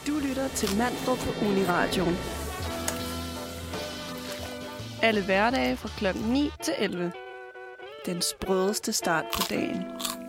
Du lytter til Manfred på Uniradioen. Alle hverdage fra klokken 9 til 11. Den sprødeste start på dagen.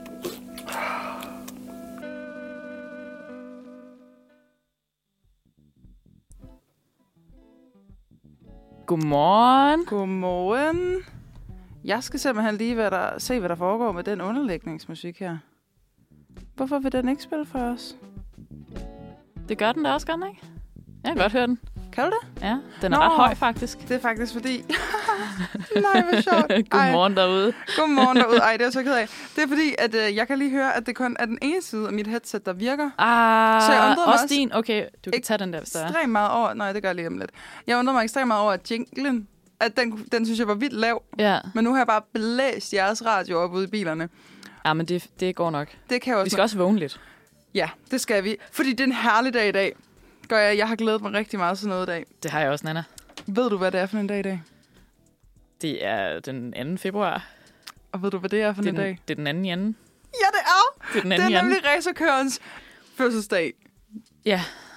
Godmorgen. Godmorgen. Jeg skal simpelthen lige se, hvad der foregår med den underlægningsmusik her. Hvorfor vil den ikke spille for os? Det gør den da også godt, ikke? Jeg kan godt høre den. Kan du det? Ja, den er ret høj faktisk. Det er faktisk fordi... Nej, hvor sjovt. Godmorgen derude. Godmorgen derude. Ej, det er jeg så ked af. Det er fordi, at jeg kan lige høre, at det kun er den ene side af mit headset, der virker. Så jeg undrede mig også din. Okay, du kan tage den der, hvis der er. Ekstremt meget over... Nej, det gør jeg lige om lidt. Jeg undrede mig ekstremt meget over, at jinglen, at den synes jeg var vildt lav. Ja. Men nu har jeg bare blæst jeres radio op ude i bilerne. Ja, men det går nok. Det kan også. Vi skal også vågne lidt. Ja, det skal vi. Fordi det er en herlig dag i dag. Jeg har glædet mig rigtig meget til noget i dag. Det har jeg også, Nana. Ved du, hvad det er for en dag i dag? Det er den 2. februar. Og ved du, hvad det er for en dag? Det er den 2. januar. Ja, det er! Det er den 2. Det er januar. nemlig racerkørens fødselsdag. Ja.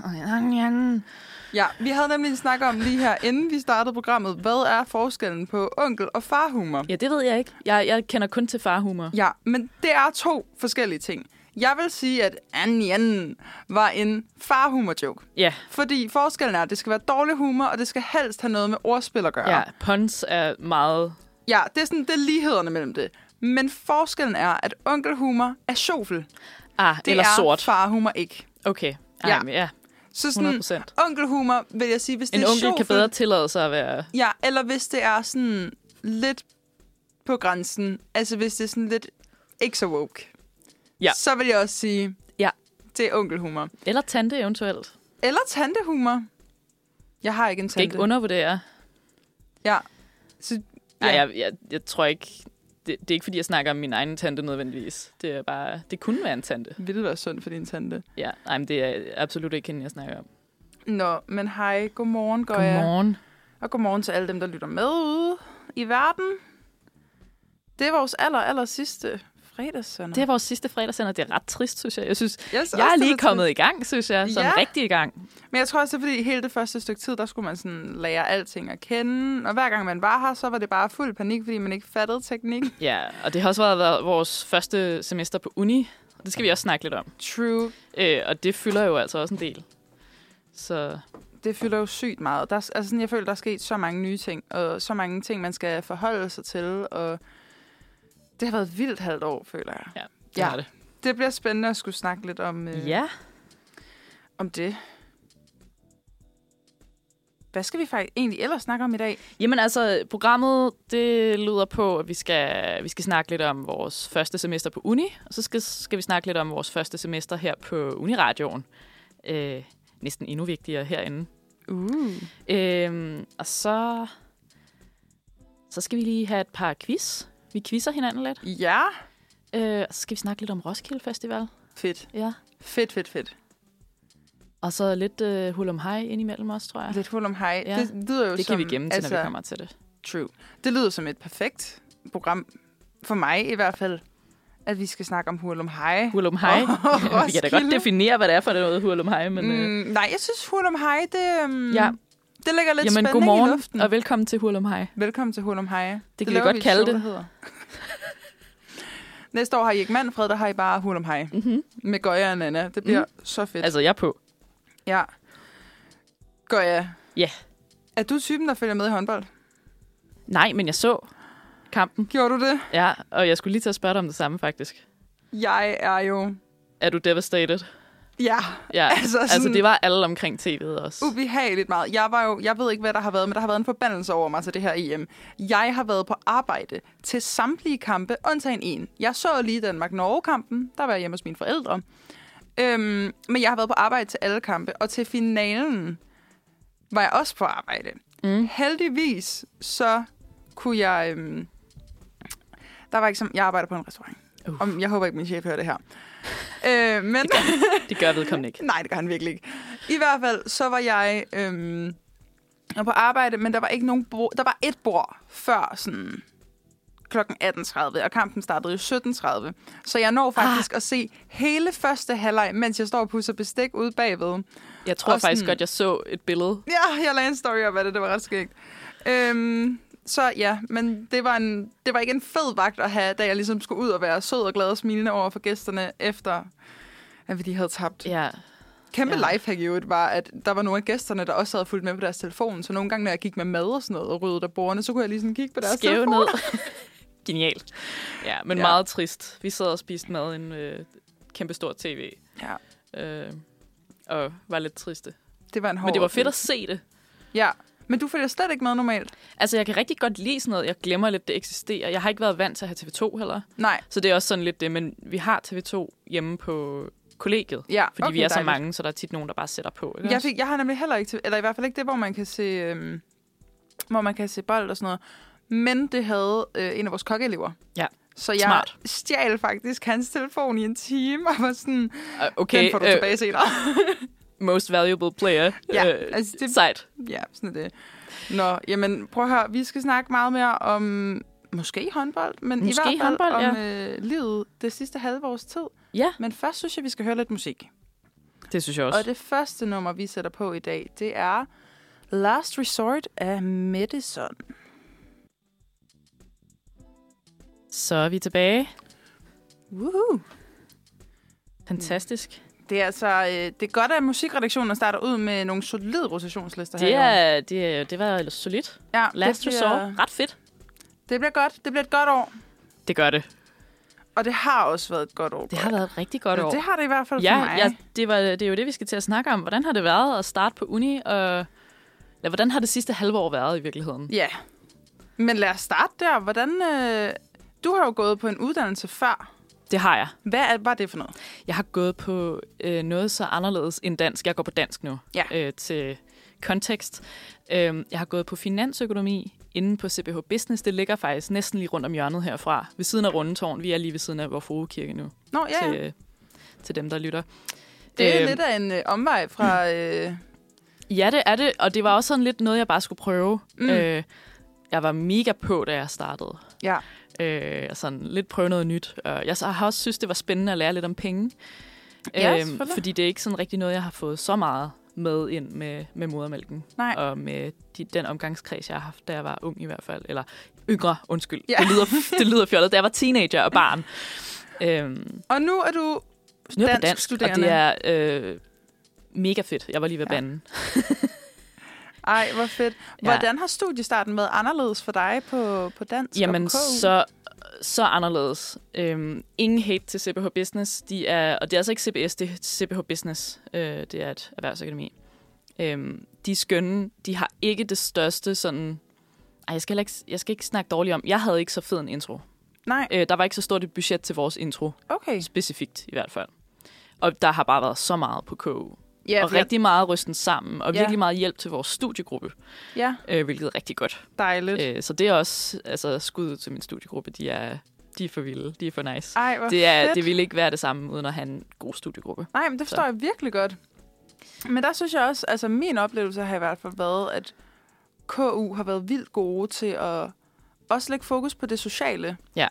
Ja, vi havde nemlig snakket om lige her, inden vi startede programmet, hvad er forskellen på onkel- og farhumor? Ja, det ved jeg ikke. Jeg kender kun til farhumor. Ja, men det er 2 forskellige ting. Jeg vil sige, at Anjan var en farhumor-joke. Ja. Fordi forskellen er, at det skal være dårlig humor, og det skal helst have noget med ordspil at gøre. Ja, puns er meget... Ja, det er lighederne mellem det. Men forskellen er, at onkelhumor er sjofel. Det eller sort. Det er farhumor ikke. Okay. Ja. Så sådan 100%. onkelhumor, vil jeg sige, hvis det er onkel sjofel, kan bedre tillade sig at være... Ja, eller hvis det er sådan lidt på grænsen. Altså hvis det er sådan lidt ikke så woke. Ja. Så vil jeg også sige, ja, det er onkelhumor. Eller tante eventuelt. Eller tantehumor. Jeg har ikke en tante. Skal ikke undervurdere. Ja. Så, ja. Nej, jeg tror ikke... Det er ikke, fordi jeg snakker om min egen tante nødvendigvis. Det er bare... Det kunne være en tante. Vil det være sundt for din tante? Ja, nej, men det er absolut ikke hende, jeg snakker om. Nå, men hej. Godmorgen, Godmorgen. Og godmorgen til alle dem, der lytter med ude i verden. Det er vores aller sidste fredagssender. Det er vores sidste fredagssender. Det er ret trist, synes jeg. Jeg er lige kommet i gang, synes jeg. Sådan rigtig i gang. Men jeg tror også, det er fordi hele det første stykke tid, der skulle man sådan lære alting at kende. Og hver gang man var her, så var det bare fuld panik, fordi man ikke fattede teknik. Ja, og det har også været vores første semester på uni. Det skal vi også snakke lidt om. True. Og det fylder jo altså også en del. Så... Det fylder jo sygt meget. Jeg føler, der er sket så mange nye ting, og så mange ting, man skal forholde sig til, og det har været et vildt halvt år, føler jeg. Ja, det har det. Det bliver spændende at skulle snakke lidt om, om det. Hvad skal vi faktisk egentlig ellers snakke om i dag? Jamen altså, programmet, det lyder på, at vi skal snakke lidt om vores første semester på uni, og så skal vi snakke lidt om vores første semester her på Uniradioen. Næsten endnu vigtigere herinde. Og så skal vi lige have et par quiz. Vi quizzer hinanden lidt. Ja. Så skal vi snakke lidt om Roskilde Festival. Fedt. Ja. Fedt. Og så lidt hul om hej indimellem også, tror jeg. Lidt hul om hej. Ja. Det lyder jo det kan vi gemme til, når vi kommer til det. True. Det lyder som et perfekt program, for mig i hvert fald, at vi skal snakke om hul om hej. Hul om hej. Vi kan da godt definere, hvad det er for noget hul om hej. Men, nej, jeg synes hul om hej, det lægger lidt spænding godmorgen, i luften. Og velkommen til hul om hej. Velkommen til hul om hej. Det kan vi godt kalde det. Næste år har I ikke Manfred, der har I bare hul om hej. Mm-hmm. Med Goya og Nana. Det bliver så fedt. Altså, jeg er på. Ja. Goya. Ja. Er du typen, der følger med i håndbold? Nej, men jeg så kampen. Gjorde du det? Ja, og jeg skulle lige til at spørge dig om det samme, faktisk. Jeg er jo... Er du devastated? Ja. Altså det var alle omkring tv'et også. Ubehageligt meget. Jeg ved ikke, hvad der har været, men der har været en forbandelse over mig til det her EM. Jeg har været på arbejde til samtlige kampe, undtagen en. Jeg så lige Danmark-Norge-kampen. Der var jeg hjemme hos mine forældre. Men jeg har været på arbejde til alle kampe, og til finalen var jeg også på arbejde. Heldigvis så kunne jeg... der var ikke som... Jeg arbejder på en restaurant. Jeg håber ikke, min chef hører det her. Men det gør vedkommende ikke. Nej, det gør han virkelig ikke. I hvert fald, så var jeg på arbejde, men der var ikke nogen bord. Der var et bord før sådan kl. 18.30, og kampen startede jo 17.30. Så jeg når faktisk at se hele første halvleg, mens jeg står og pusser bestik ude bagved. Jeg tror faktisk godt, jeg så et billede. Ja, jeg lagde en story op af det. Det var ret skægt. Så ja, men det var ikke en fed vagt at have, da jeg ligesom skulle ud og være sød og glad og smilende over for gæsterne, efter at de havde tabt. Ja. Kæmpe lifehack jo var, at der var nogle af gæsterne, der også havde fulgt med på deres telefon. Så nogle gange, når jeg gik med mad og sådan noget og ryddede der bordene, så kunne jeg lige sådan kigge på deres telefon. Ned. Genialt. Ja, men meget trist. Vi sad og spiste mad i en kæmpe stor tv. Ja. Og var lidt triste. Det var en hård Men det var fedt at se det. Ja, men du følger slet ikke med normalt? Altså, jeg kan rigtig godt lide sådan noget. Jeg glemmer lidt, det eksisterer. Jeg har ikke været vant til at have TV2 heller. Nej. Så det er også sådan lidt det. Men vi har TV2 hjemme på kollegiet. Ja, fordi vi er så mange, så der er tit nogen, der bare sætter på. Ikke? Jeg har nemlig heller ikke, eller i hvert fald ikke det, hvor man kan se bold og sådan noget. Men det havde en af vores kokkeelever. Ja. Så jeg stjal faktisk hans telefon i en time, og var sådan, okay, den får du tilbage senere. Most valuable player. Ja, altså det, sejt. Ja, sådan er det. Nå, jamen prøv at høre, vi skal snakke meget mere om måske håndbold, men måske i hvert fald håndbold, om livet det sidste halve års tid. Ja. Men først synes jeg, vi skal høre lidt musik. Det synes jeg også. Og det første nummer, vi sætter på i dag, det er Last Resort af Madison. Så er vi tilbage. Woohoo! Fantastisk. Det er altså det er godt, at musikredaktionen starter ud med nogle solide rotationslister her. Det var solidt. Ja, Last Resort. Ret fedt. Det bliver godt. Det bliver et godt år. Det gør det. Og det har også været et godt år. Det har været et rigtig godt år. Det har det i hvert fald for mig. Ja, det er jo det, vi skal til at snakke om. Hvordan har det været at starte på uni? Og hvordan har det sidste halve år været i virkeligheden? Ja, men lad os starte der. Hvordan... Du har jo gået på en uddannelse før. Det har jeg. Hvad var det for noget? Jeg har gået på noget så anderledes end dansk. Jeg går på dansk nu, til kontekst. Jeg har gået på finansøkonomi inde på CBH Business. Det ligger faktisk næsten lige rundt om hjørnet herfra. Ved siden af Rundetårn. Vi er lige ved siden af Vor Frue Kirke nu. Nå, ja. Til dem, der lytter. Det er lidt af en omvej fra... Ja, det er det. Og det var også sådan lidt noget, jeg bare skulle prøve. Jeg var mega på, da jeg startede. Ja. Sådan lidt prøve noget nyt. Jeg har også synes, det var spændende at lære lidt om penge. Fordi det er ikke sådan rigtig noget, jeg har fået så meget med ind med modermælken. Nej. Og med den omgangskreds, jeg har haft, da jeg var ung i hvert fald. Eller yngre, undskyld. Ja. Det lyder fjollet. Da jeg var teenager og barn. Og nu er du dansk studerende. Og det er mega fedt. Jeg var lige ved banden. Ej, hvor fedt. Hvordan har studiestarten været anderledes for dig på dansk? Jamen, og på KU? så anderledes. Ingen hate til CBH Business. Og det er altså ikke CBS, det er CBH Business. Det er et erhvervsakademi. De er skønne. De har ikke det største sådan... Ej, jeg skal ikke snakke dårligt om. Jeg havde ikke så fed en intro. Nej. Der var ikke så stort et budget til vores intro. Okay. Specifikt i hvert fald. Og der har bare været så meget på KU. Ja, og rigtig meget rysten sammen, og virkelig meget hjælp til vores studiegruppe. Ja. Hvilket er rigtig godt. Dejligt. Så det er også skud til min studiegruppe. De er for vilde. De er for nice. Ej, hvor fedt. Det ville ikke være det samme, uden at have en god studiegruppe. Nej, men det forstår jeg virkelig godt. Men der synes jeg også, altså min oplevelse har i hvert fald været, at KU har været vildt gode til at også lægge fokus på det sociale. Ja.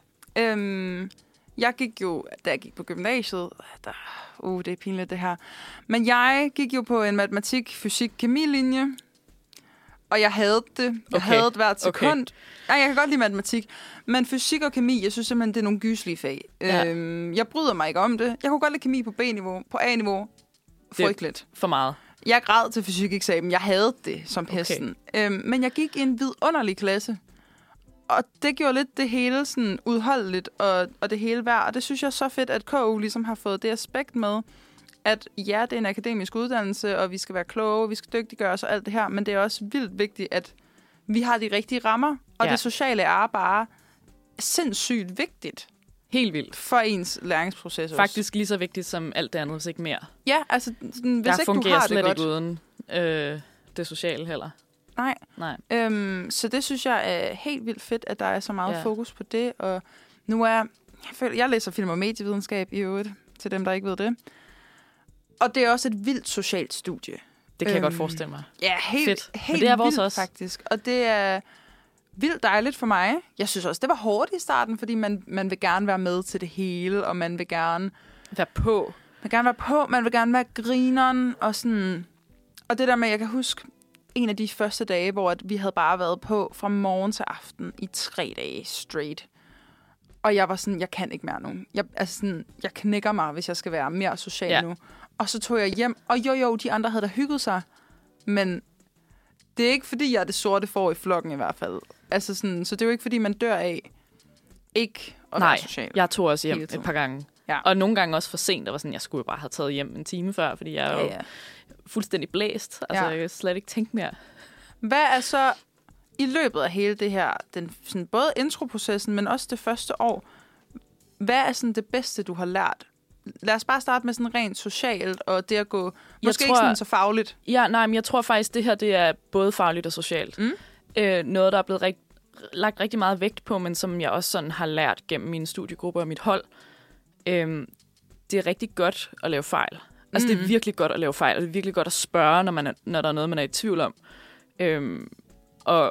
Jeg gik jo, da jeg gik på gymnasiet, det er pinligt det her, men jeg gik jo på en matematik, fysik, kemi-linje, og jeg havde det. Jeg havde det hvert sekund. Okay. Ja, jeg kan godt lide matematik, men fysik og kemi, jeg synes simpelthen, det er nogle gyslige fag. Ja. Jeg bryder mig ikke om det. Jeg kunne godt lide kemi på B-niveau, på A-niveau. Frygteligt. For meget. Jeg græd til fysikeksamen. Jeg havde det som pesten. Okay. Men jeg gik i en vidunderlig klasse. Og det gjorde lidt det hele sådan udholdeligt, og det hele værd. Og det synes jeg er så fedt, at KU ligesom har fået det aspekt med, at ja, det er en akademisk uddannelse, og vi skal være kloge, vi skal dygtiggøre os og alt det her, men det er også vildt vigtigt, at vi har de rigtige rammer, og det sociale er bare sindssygt vigtigt. Helt vildt. For ens læringsproces også. Faktisk lige så vigtigt som alt det andet, hvis ikke mere. Ja, altså hvis ikke du har det godt. Jeg fungerer slet ikke uden det sociale heller. Nej. Så det synes jeg er helt vildt fedt, at der er så meget fokus på det. Og nu jeg læser film- og medievidenskab i øvrigt, til dem, der ikke ved det. Og det er også et vildt socialt studie. Det kan jeg godt forestille mig. Ja, helt det er vores vildt også. Faktisk. Og det er vildt dejligt for mig. Jeg synes også, det var hårdt i starten, fordi man vil gerne være med til det hele, og man vil gerne være på. Man vil gerne være grineren, og sådan. Og det der med, jeg kan huske en af de første dage, hvor vi havde bare været på fra morgen til aften i 3 dage straight. Og jeg var sådan, jeg kan ikke mere nu. Jeg knækker mig, hvis jeg skal være mere social nu. Og så tog jeg hjem, og jo, de andre havde da hygget sig. Men det er ikke, fordi jeg er det sorte får i flokken i hvert fald. Altså sådan, så det er jo ikke, fordi man dør af ikke at være social. Jeg tog også hjem et par gange. Ja. Og nogle gange også for sent. Der var sådan, jeg skulle bare have taget hjem en time før, fordi jeg er jo fuldstændig blæst. Altså, jeg kan slet ikke tænke mere. Hvad er så i løbet af hele det her, sådan både introprocessen, men også det første år, hvad er sådan det bedste, du har lært? Lad os bare starte med sådan rent socialt, og det at gå, måske ikke sådan så fagligt. Ja, nej, men jeg tror faktisk, det her det er både fagligt og socialt. Noget, der er blevet lagt rigtig meget vægt på, men som jeg også sådan har lært gennem mine studiegrupper og mit hold. Det er rigtig godt at lave fejl. Altså, det er virkelig godt at lave fejl, og det er virkelig godt at spørge, når der er noget, man er i tvivl om. Og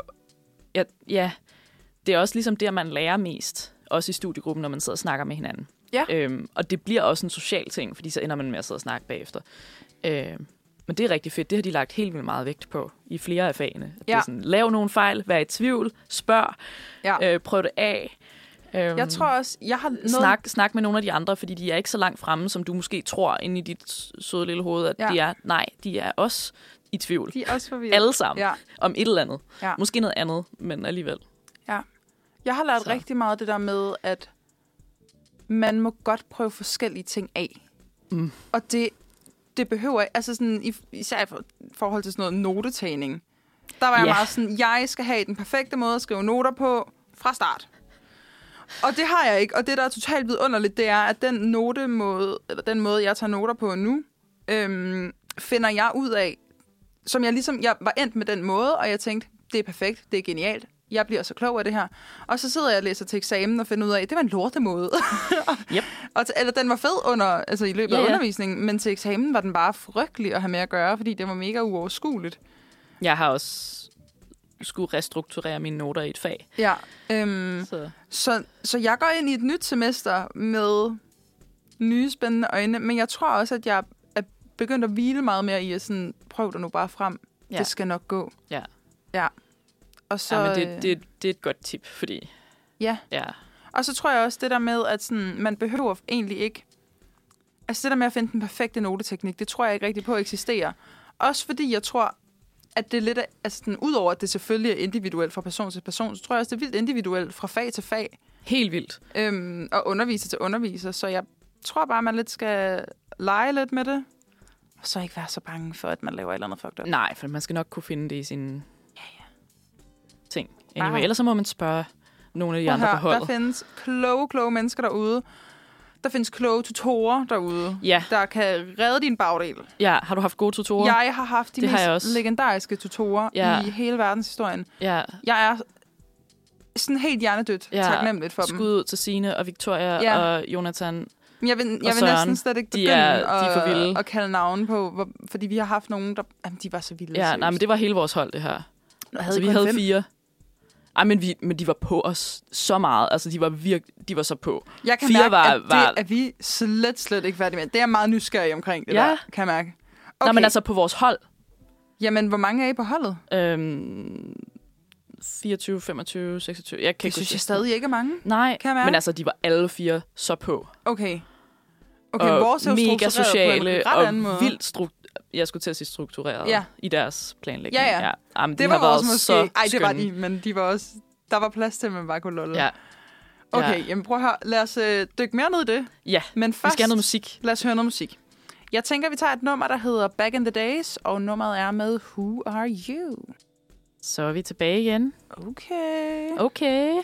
det er også ligesom det, at man lærer mest, også i studiegruppen, når man sidder og snakker med hinanden. Ja. Og det bliver også en social ting, fordi så ender man med at sidde og snakke bagefter. Men det er rigtig fedt. Det har de lagt helt vildt meget vægt på i flere af fagene. Det er sådan, lav nogle fejl, vær i tvivl, spørg, prøv det af. Jeg tror også, jeg har Snak med nogle af de andre, fordi de er ikke så langt fremme, som du måske tror inde i dit søde lille hoved, at de er. Nej, de er også i tvivl. De er også forvirret. Alle sammen. Om et eller andet. Ja. Måske noget andet, men alligevel. Ja. Jeg har lært rigtig meget det der med, at man må godt prøve forskellige ting af. Og det behøver, altså sådan, især i forhold til sådan noget notetagning, der var jeg meget sådan, jeg skal have den perfekte måde at skrive noter på fra start. Og det har jeg ikke, og det, der er totalt vidunderligt, det er, at den måde, jeg tager noter på nu, finder jeg ud af, som jeg var endt med den måde, og jeg tænkte, det er perfekt, det er genialt, jeg bliver så klog af det her. Og så sidder jeg og læser til eksamen og finder ud af, at det var en lortemåde. Yep. Eller den var fed i løbet af undervisningen, men til eksamen var den bare frygtelig at have med at gøre, fordi det var mega uoverskueligt. Jeg har også skulle restrukturere mine noter i et fag. Ja. Så jeg går ind i et nyt semester med nye spændende øjne, men jeg tror også, at jeg er begyndt at hvile meget mere i at sådan, prøv dig nu bare frem. Ja. Det skal nok gå. Ja. Og så, men det er et godt tip, fordi... Ja. Og så tror jeg også det der med, at sådan, man behøver egentlig ikke... Altså det der med at finde den perfekte noteteknik, det tror jeg ikke rigtig på at eksistere. Også fordi jeg tror, at det er lidt... Altså sådan, udover at det selvfølgelig er individuelt fra person til person, så tror jeg også, det er vildt individuelt fra fag til fag. Helt vildt. Og underviser til underviser. Så jeg tror bare, man lidt skal lege lidt med det. Og så ikke være så bange for, at man laver et eller andet fucked up. Nej, for man skal nok kunne finde det i sine ting. Anyway, ellers så må man spørge nogle af de andre på holdet. Der findes kloge mennesker derude. Der findes kloge tutorer derude, der kan redde din bagdel. Ja, har du haft gode tutorer? Jeg har haft de mest legendariske tutorer i hele verdenshistorien. Ja. Jeg er sådan helt hjernedødt taknemmeligt for dem. Skud ud til Signe og Victoria og Jonathan. Jeg vil næsten slet ikke begynde at kalde navne på, fordi vi har haft nogen, der de var så vilde. Ja, nej, men det var hele vores hold, det her. Altså, vi havde 4. Ej, men de var på os så meget. Altså, de var så på. Jeg kan mærke, at det er vi slet ikke færdige med. Det er meget nysgerrig omkring det der, kan jeg mærke. Okay. Nej, men altså på vores hold. Jamen, hvor mange er I på holdet? 24, 25, 26. Det synes jeg stadig ikke er mange. Nej, men altså, de var alle 4 så på. Okay, vores er mega sociale og vildt jeg skulle til at sige struktureret i deres planlægning. Ja. Jamen, det var også måske... Ej, det var de, men de var også... Der var plads til, at man bare kunne lolle. Ja. Okay, jamen prøv at høre. Lad os dykke mere ned i det. Ja, men først, vi skal have noget musik. Lad os høre noget musik. Jeg tænker, vi tager et nummer, der hedder Back in the Days, og nummeret er med Who Are You? Så er vi tilbage igen. Okay.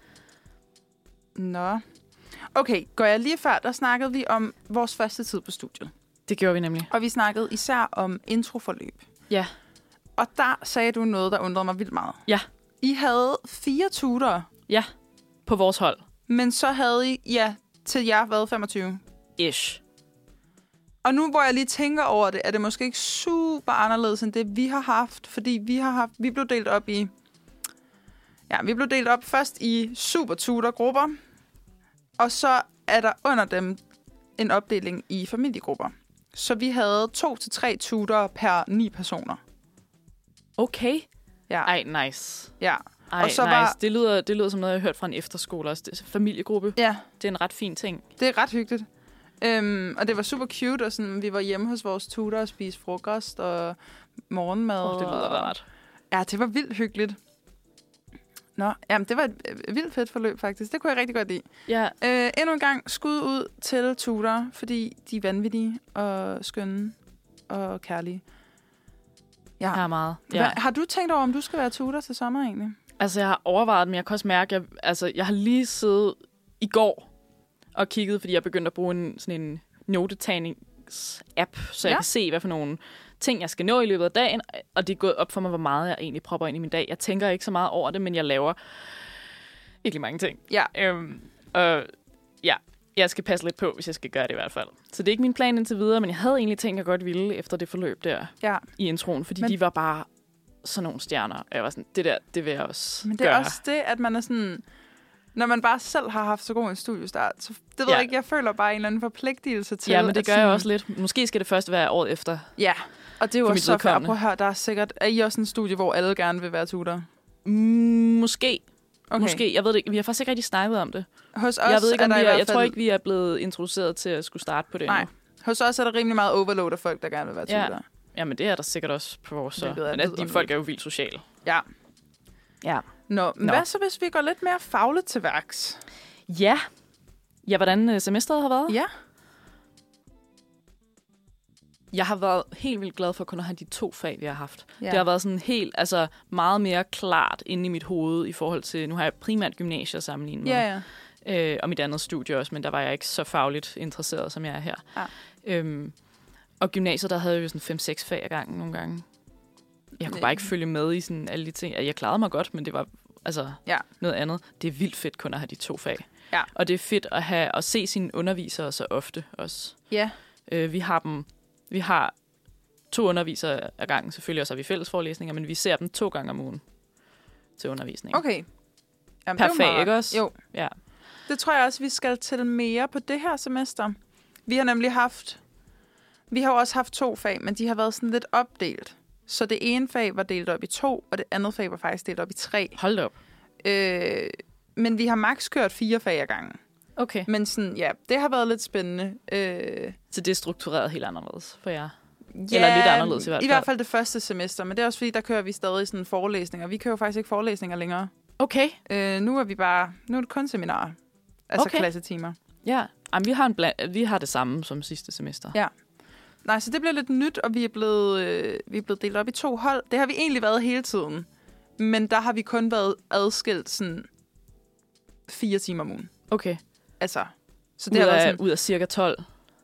Nå. Okay, går jeg lige før, der snakkede vi om vores første tid på studiet. Det gjorde vi nemlig. Og vi snakkede især om introforløb. Ja. Og der sagde du noget, der undrede mig vildt meget. Ja. I havde 4 tutorer. Ja, på vores hold. Men så havde I, til jer været 25. Ish. Og nu, hvor jeg lige tænker over det, er det måske ikke super anderledes end det, vi har haft. Fordi vi blev delt op i Ja, vi blev delt op først i super tutorgrupper, og så er der under dem en opdeling i familiegrupper. Så vi havde 2 til 3 tutorer per 9 personer. Okay. Ja. Ej, nice. Ja. Ej, og så nice. var... Det lyder som noget, jeg har hørt fra en efterskole også. Det, familiegruppe. Ja. Det er en ret fin ting. Det er ret hyggeligt. Og det var super cute, og sådan, vi var hjemme hos vores tutor og spiste frokost og morgenmad. Det lyder rart. Ja, det var vildt hyggeligt. Nå, jamen, det var et vildt fedt forløb, faktisk. Det kunne jeg rigtig godt lide. Ja. Endnu en gang skud ud til tutor, fordi de er vanvittige og skønne og kærlige. Ja. Her meget. Ja. Har du tænkt over, om du skal være tutor til sommer egentlig? Altså, jeg har overvejet det, men jeg kan også mærke, jeg har lige siddet i går og kigget, fordi jeg begyndte at bruge sådan en notetagningsapp, så jeg kan se, hvad for nogle ting, jeg skal nå i løbet af dagen, og det er gået op for mig, hvor meget jeg egentlig propper ind i min dag. Jeg tænker ikke så meget over det, men jeg laver virkelig mange ting. Ja. Og ja, jeg skal passe lidt på, hvis jeg skal gøre det i hvert fald. Så det er ikke min plan indtil videre, men jeg havde egentlig tænkt, at jeg godt ville efter det forløb der i introen, fordi de var bare sådan nogle stjerner. Og jeg var sådan, det vil jeg også Men det er gøre. også det, at man er sådan... Når man bare selv har haft så god en studiestart, så det ved jeg ikke, jeg føler bare en eller anden forpligtelse til... Ja, men det gør jeg også lidt. Måske skal det først være året efter. Ja, og det er jo også så fair. Prøv at høre, der er sikkert... Er I også en studie, hvor alle gerne vil være tutor? Måske. Okay. Måske. Jeg ved det ikke. Vi har faktisk ikke rigtig snakket om det. Hos os jeg ved ikke, om jeg tror ikke, vi vi er blevet introduceret til at skulle starte på det Nej. endnu. Hos os er der rimelig meget overload af folk, der gerne vil være tutor. Ja. Jamen, det er der sikkert også på vores så. Men de folk er jo vildt sociale. Ja. Ja. Nå, hvad så, hvis vi går lidt mere fagligt til værks? Ja. Ja, hvordan semesteret har været? Ja. Jeg har været helt vildt glad for at kunne have de 2 fag, vi har haft. Ja. Det har været sådan helt, meget mere klart inde i mit hoved i forhold til, nu har jeg primært gymnasiet at sammenligne med. Ja. Og mit andet studie også, men der var jeg ikke så fagligt interesseret, som jeg er her. Ja. Og gymnasiet, der havde jeg jo sådan 5-6 fag ad gangen nogle gange. Jeg kunne bare ikke følge med i sådan alle de ting. Jeg klarede mig godt, men det var noget andet. Det er vildt fedt kun at have de 2 fag. Ja. Og det er fedt at se sine undervisere så ofte også. Ja. Vi har 2 undervisere ad gangen. Selvfølgelig også har vi fælles forelæsninger, men vi ser dem 2 gange om ugen til undervisning. Okay. Jamen, per fag, ikke også? Jo. Ja. Det tror jeg også, vi skal til mere på det her semester. Vi har nemlig vi har jo også haft 2 fag, men de har været sådan lidt opdelt. Så det ene fag var delt op i 2, og det andet fag var faktisk delt op i 3. Hold da op. Men vi har maks kørt 4 fag ad gangen. Okay. Men sådan, ja, det har været lidt spændende. Så det er struktureret helt anderledes for jer? Eller lidt anderledes i hvert fald? I hvert fald det første semester, men det er også fordi, der kører vi stadig sådan forelæsninger. Vi kører jo faktisk ikke forelæsninger længere. Okay. Nu er det kun seminarer. Altså klassetimer. Ja, jamen, vi har det samme som sidste semester. Ja. Nej, så det bliver lidt nyt, og vi er blevet delt op i 2 hold. Det har vi egentlig været hele tiden. Men der har vi kun været adskilt sådan 4 timer om ugen. Okay. Altså, så det har været sådan, ud af cirka 12?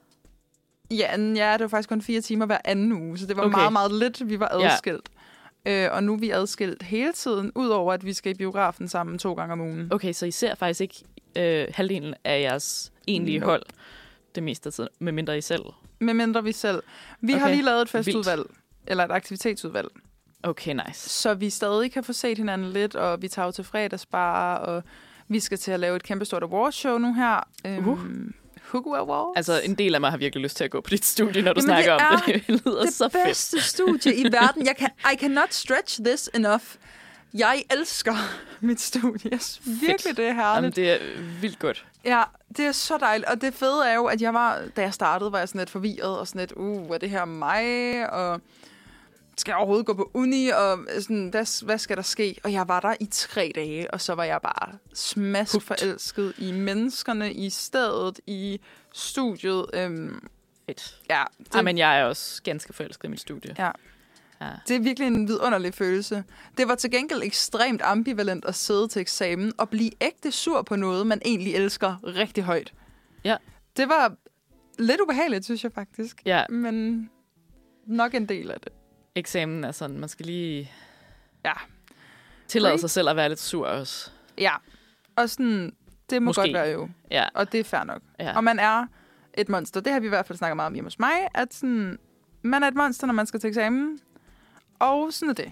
Ja, det var faktisk kun 4 timer hver anden uge, så det var meget, meget lidt, vi var adskilt. Ja. Og nu er vi adskilt hele tiden, udover at vi skal i biografen sammen 2 gange om ugen. Okay, så I ser faktisk ikke halvdelen af jeres egentlige hold det meste af tiden, medmindre I selv? Medmindre vi selv. Vi har lige lavet et festudvalg, eller et aktivitetsudvalg. Okay, nice. Så vi stadig kan få set hinanden lidt, og vi tager jo til fredagsbar, og vi skal til at lave et kæmpestort awardshow nu her. Hugo Awards. Altså, en del af mig har virkelig lyst til at gå på dit studie, når du snakker om det. Det lyder så fedt. Det bedste studie i verden. I cannot stretch this enough. Jeg elsker mit studie. Virkelig, det er herligt. Jamen, det er vildt godt. Ja, det er så dejligt. Og det fede er jo, at da jeg startede, var jeg sådan lidt forvirret, og sådan lidt, er det her mig? Og skal jeg overhovedet gå på uni? Og sådan, hvad skal der ske? Og jeg var der i 3 dage, og så var jeg bare forelsket i menneskerne, i stedet, i studiet. Fedt. Ja. Men jeg er også ganske forelsket i mit studie. Ja. Ja. Det er virkelig en vidunderlig følelse. Det var til gengæld ekstremt ambivalent at sidde til eksamen og blive ægte sur på noget, man egentlig elsker rigtig højt. Ja. Det var lidt ubehageligt, synes jeg faktisk. Ja. Men nok en del af det. Eksamen er sådan, man skal lige tillade sig selv at være lidt sur også. Ja, og sådan, det må godt være jo. Ja. Og det er fair nok. Ja. Og man er et monster. Det har vi i hvert fald snakket meget om hjemme hos mig, at sådan, man er et monster, når man skal til eksamen. Og sådan er det.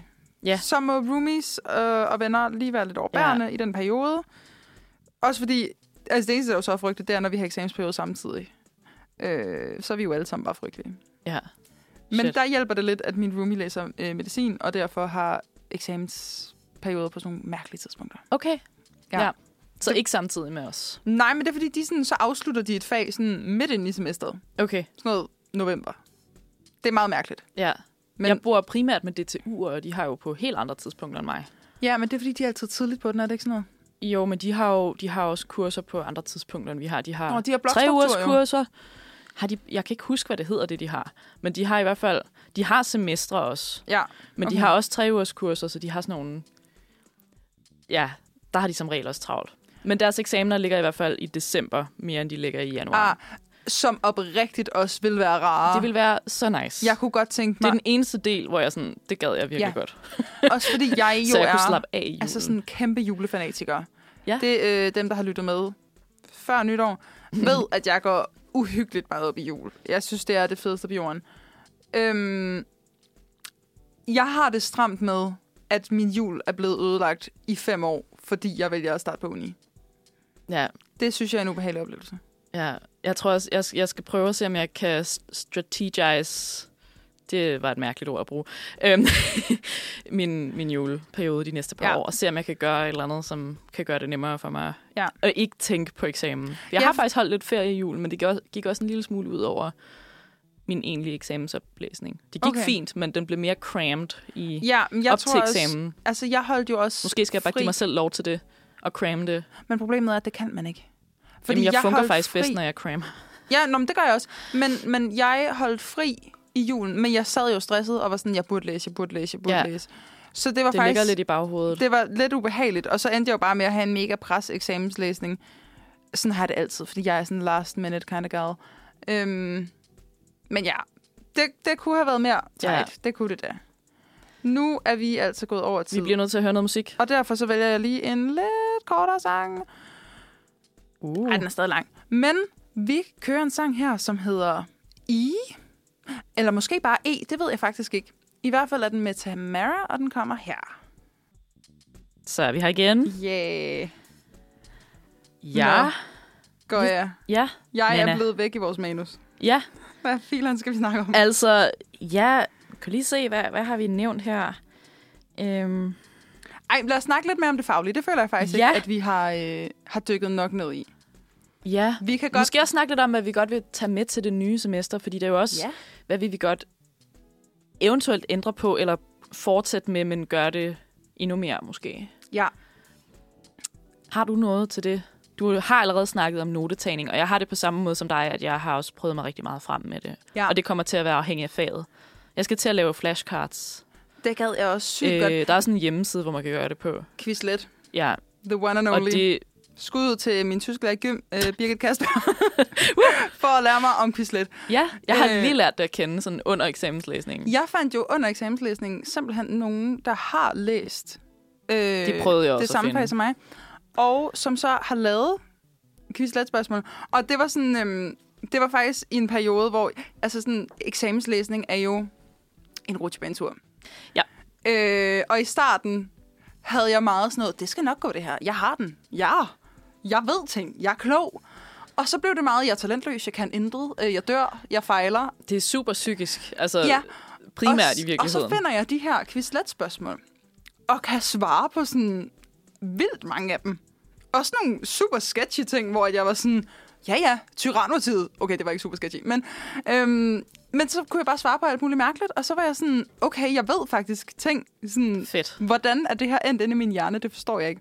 Ja. Så må roomies og venner lige være lidt overbærende i den periode. Også fordi, altså det eneste, der jo så er frygteligt, det er, når vi har eksamensperiode samtidig. Så er vi jo alle sammen bare frygtelige. Ja. Men der hjælper det lidt, at min roomie læser medicin, og derfor har eksamensperioder på sådan nogle mærkelige tidspunkter. Okay. Ja. Ja. Så ikke samtidig med os? Nej, men det er fordi, de sådan, så afslutter de et fag sådan midt ind i semesteret. Okay. Sådan noget november. Det er meget mærkeligt. Ja. Men Jeg bor primært med DTU, og de har jo på helt andre tidspunkter end mig. ja, men det er fordi, de er altid tidligt på den, er det ikke sådan noget? Jo, men de har også kurser på andre tidspunkter, end vi har. De har, Nå, de har 3 ugers blokstruktur, jo. kurser. Jeg kan ikke huske, hvad det hedder, det de har. Men de har i hvert fald... De har semestre også. Ja. Men Okay. de har også 3 ugers kurser, så de har sådan nogle... Ja, der har de som regel også travlt. Men deres eksamener ligger i hvert fald i december, mere end de ligger i januar. Som oprigtigt også vil være rare. Det vil være så nice. Jeg kunne godt tænke Det er mig, den eneste del, hvor jeg sådan... Det gad jeg virkelig godt. også fordi jeg jo Så jeg er kunne slappe af i julen. altså sådan en kæmpe julefanatiker. Ja. Det er dem, der har lyttet med før nytår, ved, at jeg går uhyggeligt meget op i jul. Jeg synes, det er det fedeste på jorden. Jeg har det stramt med, at min jul er blevet ødelagt i 5 år, fordi jeg vælger at starte på uni. Ja, Det synes jeg er en ubehagelig oplevelse. ja. Jeg tror også, jeg skal prøve at se, om jeg kan strategize... Det var et mærkeligt ord at bruge. Min juleperiode de næste par år. Og se, om jeg kan gøre et eller andet, som kan gøre det nemmere for mig. Ja. Og ikke tænke på eksamen. Jeg har faktisk holdt lidt ferie i jul, men det gik også en lille smule ud over min egentlige eksamensoplæsning. Det gik fint, men den blev mere crammed op til eksamen. Altså, jeg holdt jo også Måske skal jeg bare fri. give mig selv lov til det og cramme det. Men problemet er, at det kan man ikke. Fordi jeg fungerer holdt faktisk fri. bedst, når jeg crammer. Ja, men det gør jeg også. Men jeg holdt fri i julen, men jeg sad jo stresset og var sådan, jeg burde læse. Så det var Det faktisk... ligger lidt i baghovedet. Det var lidt ubehageligt, og så endte jeg jo bare med at have en mega pres eksamenslæsning. Sådan har jeg det altid, fordi jeg er sådan last minute kind of gal. Men ja, det kunne have været mere tight. Det kunne det da. Nu er vi altså gået over tid. Vi bliver nødt til at høre noget musik. Og derfor så vælger jeg lige en lidt kortere sang. Ej, den er stadig lang. Men vi kører en sang her, som hedder I. Eller måske bare E, det ved jeg faktisk ikke. I hvert fald er den med Tamara, og den kommer her. Så er vi her igen. Yeah. Ja. Nå. Går jeg. Ja. Jeg Nana. er blevet væk i vores manus. Ja. Hvad filen skal vi snakke om? Altså, ja. Kan lige se, hvad har vi nævnt her? Ej, lad os snakke lidt mere om det faglige. Det føler jeg faktisk ikke, at vi har dykket nok ned i. Ja. Vi kan godt... Måske også snakke lidt om, hvad vi godt vil tage med til det nye semester, fordi det er jo også, hvad vi godt eventuelt ændre på, eller fortsætte med, men gøre det endnu mere måske. Ja. Har du noget til det? Du har allerede snakket om notetagning, og jeg har det på samme måde som dig, at jeg har også prøvet mig rigtig meget frem med det. Ja. Og det kommer til at være afhængig af faget. Jeg skal til at lave flashcards. Det gad jeg også sygt godt. Der er sådan en hjemmeside, hvor man kan gøre det på. Quizlet. Ja. The one and only. Og det... Skud ud til min tysklærer i gym, Birgit Kasper, for at lære mig om Quizlet. Ja, jeg har lige lært det at kende sådan under eksamenslæsningen. Jeg fandt jo under eksamenslæsningen simpelthen nogen, der har læst de prøvede jeg også det samme fag som mig, og som så har lavet Quizlet-spørgsmål. Og det var sådan, det var faktisk i en periode, hvor altså sådan, eksamenslæsning er jo en rutsjebanetur. Ja. Og i starten havde jeg meget sådan noget, det skal nok gå det her. Jeg har den. Ja. Jeg ved ting. Jeg er klog. Og så blev det meget, jeg er talentløs, jeg kan intet, jeg dør, jeg fejler. Det er super psykisk, altså primært i virkeligheden. Og så finder jeg de her Quizlet-spørgsmål, og kan svare på sådan vildt mange af dem. Også nogle super sketchy ting, hvor jeg var sådan, ja, tyrannotid. Okay, det var ikke super sketchy, men så kunne jeg bare svare på alt muligt mærkeligt, og så var jeg sådan, okay, jeg ved faktisk ting. Sådan, fedt. Hvordan er det her endt inde i min hjerne? Det forstår jeg ikke.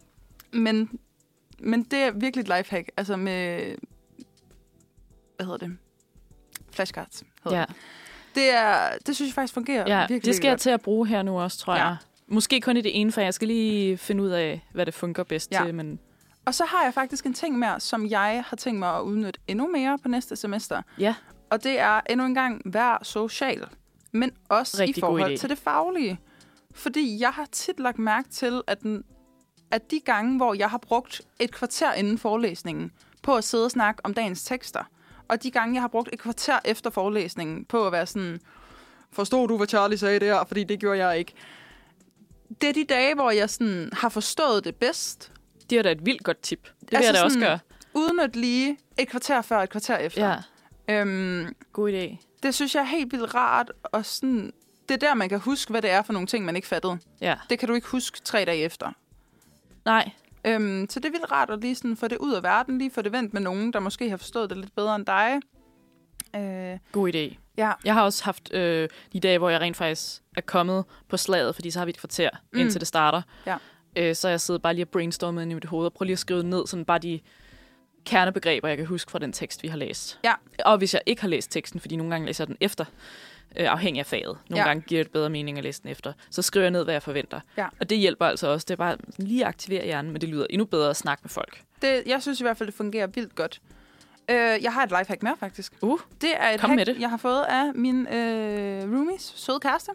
Men det er virkelig et lifehack, altså med, hvad hedder det? Flashcards hedder det. Det synes jeg faktisk fungerer virkelig det skal jeg godt. til at bruge her nu også, tror jeg. Måske kun i det ene fag. Jeg skal lige finde ud af, hvad det fungerer bedst til. Men... Og så har jeg faktisk en ting mere, som jeg har tænkt mig at udnytte endnu mere på næste semester. Ja. Og det er endnu en gang være social, men også rigtig i forhold til det faglige. Fordi jeg har tit lagt mærke til, at de gange, hvor jeg har brugt et kvarter inden forelæsningen på at sidde og snakke om dagens tekster, og de gange, jeg har brugt et kvarter efter forelæsningen på at være sådan, forstod du, hvad Charlie sagde der? Fordi det gjorde jeg ikke. det er de dage, hvor jeg sådan har forstået det bedst. Det er da et vildt godt tip. Det vil jeg da også gøre. Uden at lige et kvarter før, et kvarter efter. Ja. God idé. Det synes jeg er helt vildt rart. Og sådan, det er der, man kan huske, hvad det er for nogle ting, man ikke fattede. Ja. Det kan du ikke huske 3 dage efter. Nej. Så det er vildt rart at lige sådan få det ud af verden. Lige få det vendt med nogen, der måske har forstået det lidt bedre end dig. God idé. Ja. Jeg har også haft de dage, hvor jeg rent faktisk er kommet på slaget, fordi så har vi et kvarter, indtil det starter. Ja. Så jeg sidder bare lige og brainstormer ind i mit hoved og prøver lige at skrive ned, sådan bare de kernebegreber, jeg kan huske fra den tekst, vi har læst. Ja. Og hvis jeg ikke har læst teksten, fordi nogle gange læser jeg den efter, afhængig af faget. Nogle gange giver det bedre mening at læse den efter. Så skriver jeg ned, hvad jeg forventer. Ja. Og det hjælper altså også. Det er bare lige at aktivere hjernen, men det lyder endnu bedre at snakke med folk. Jeg synes i hvert fald, det fungerer vildt godt. Jeg har et lifehack mere, faktisk. Det er et hack, jeg har fået af min roomies søde kæreste.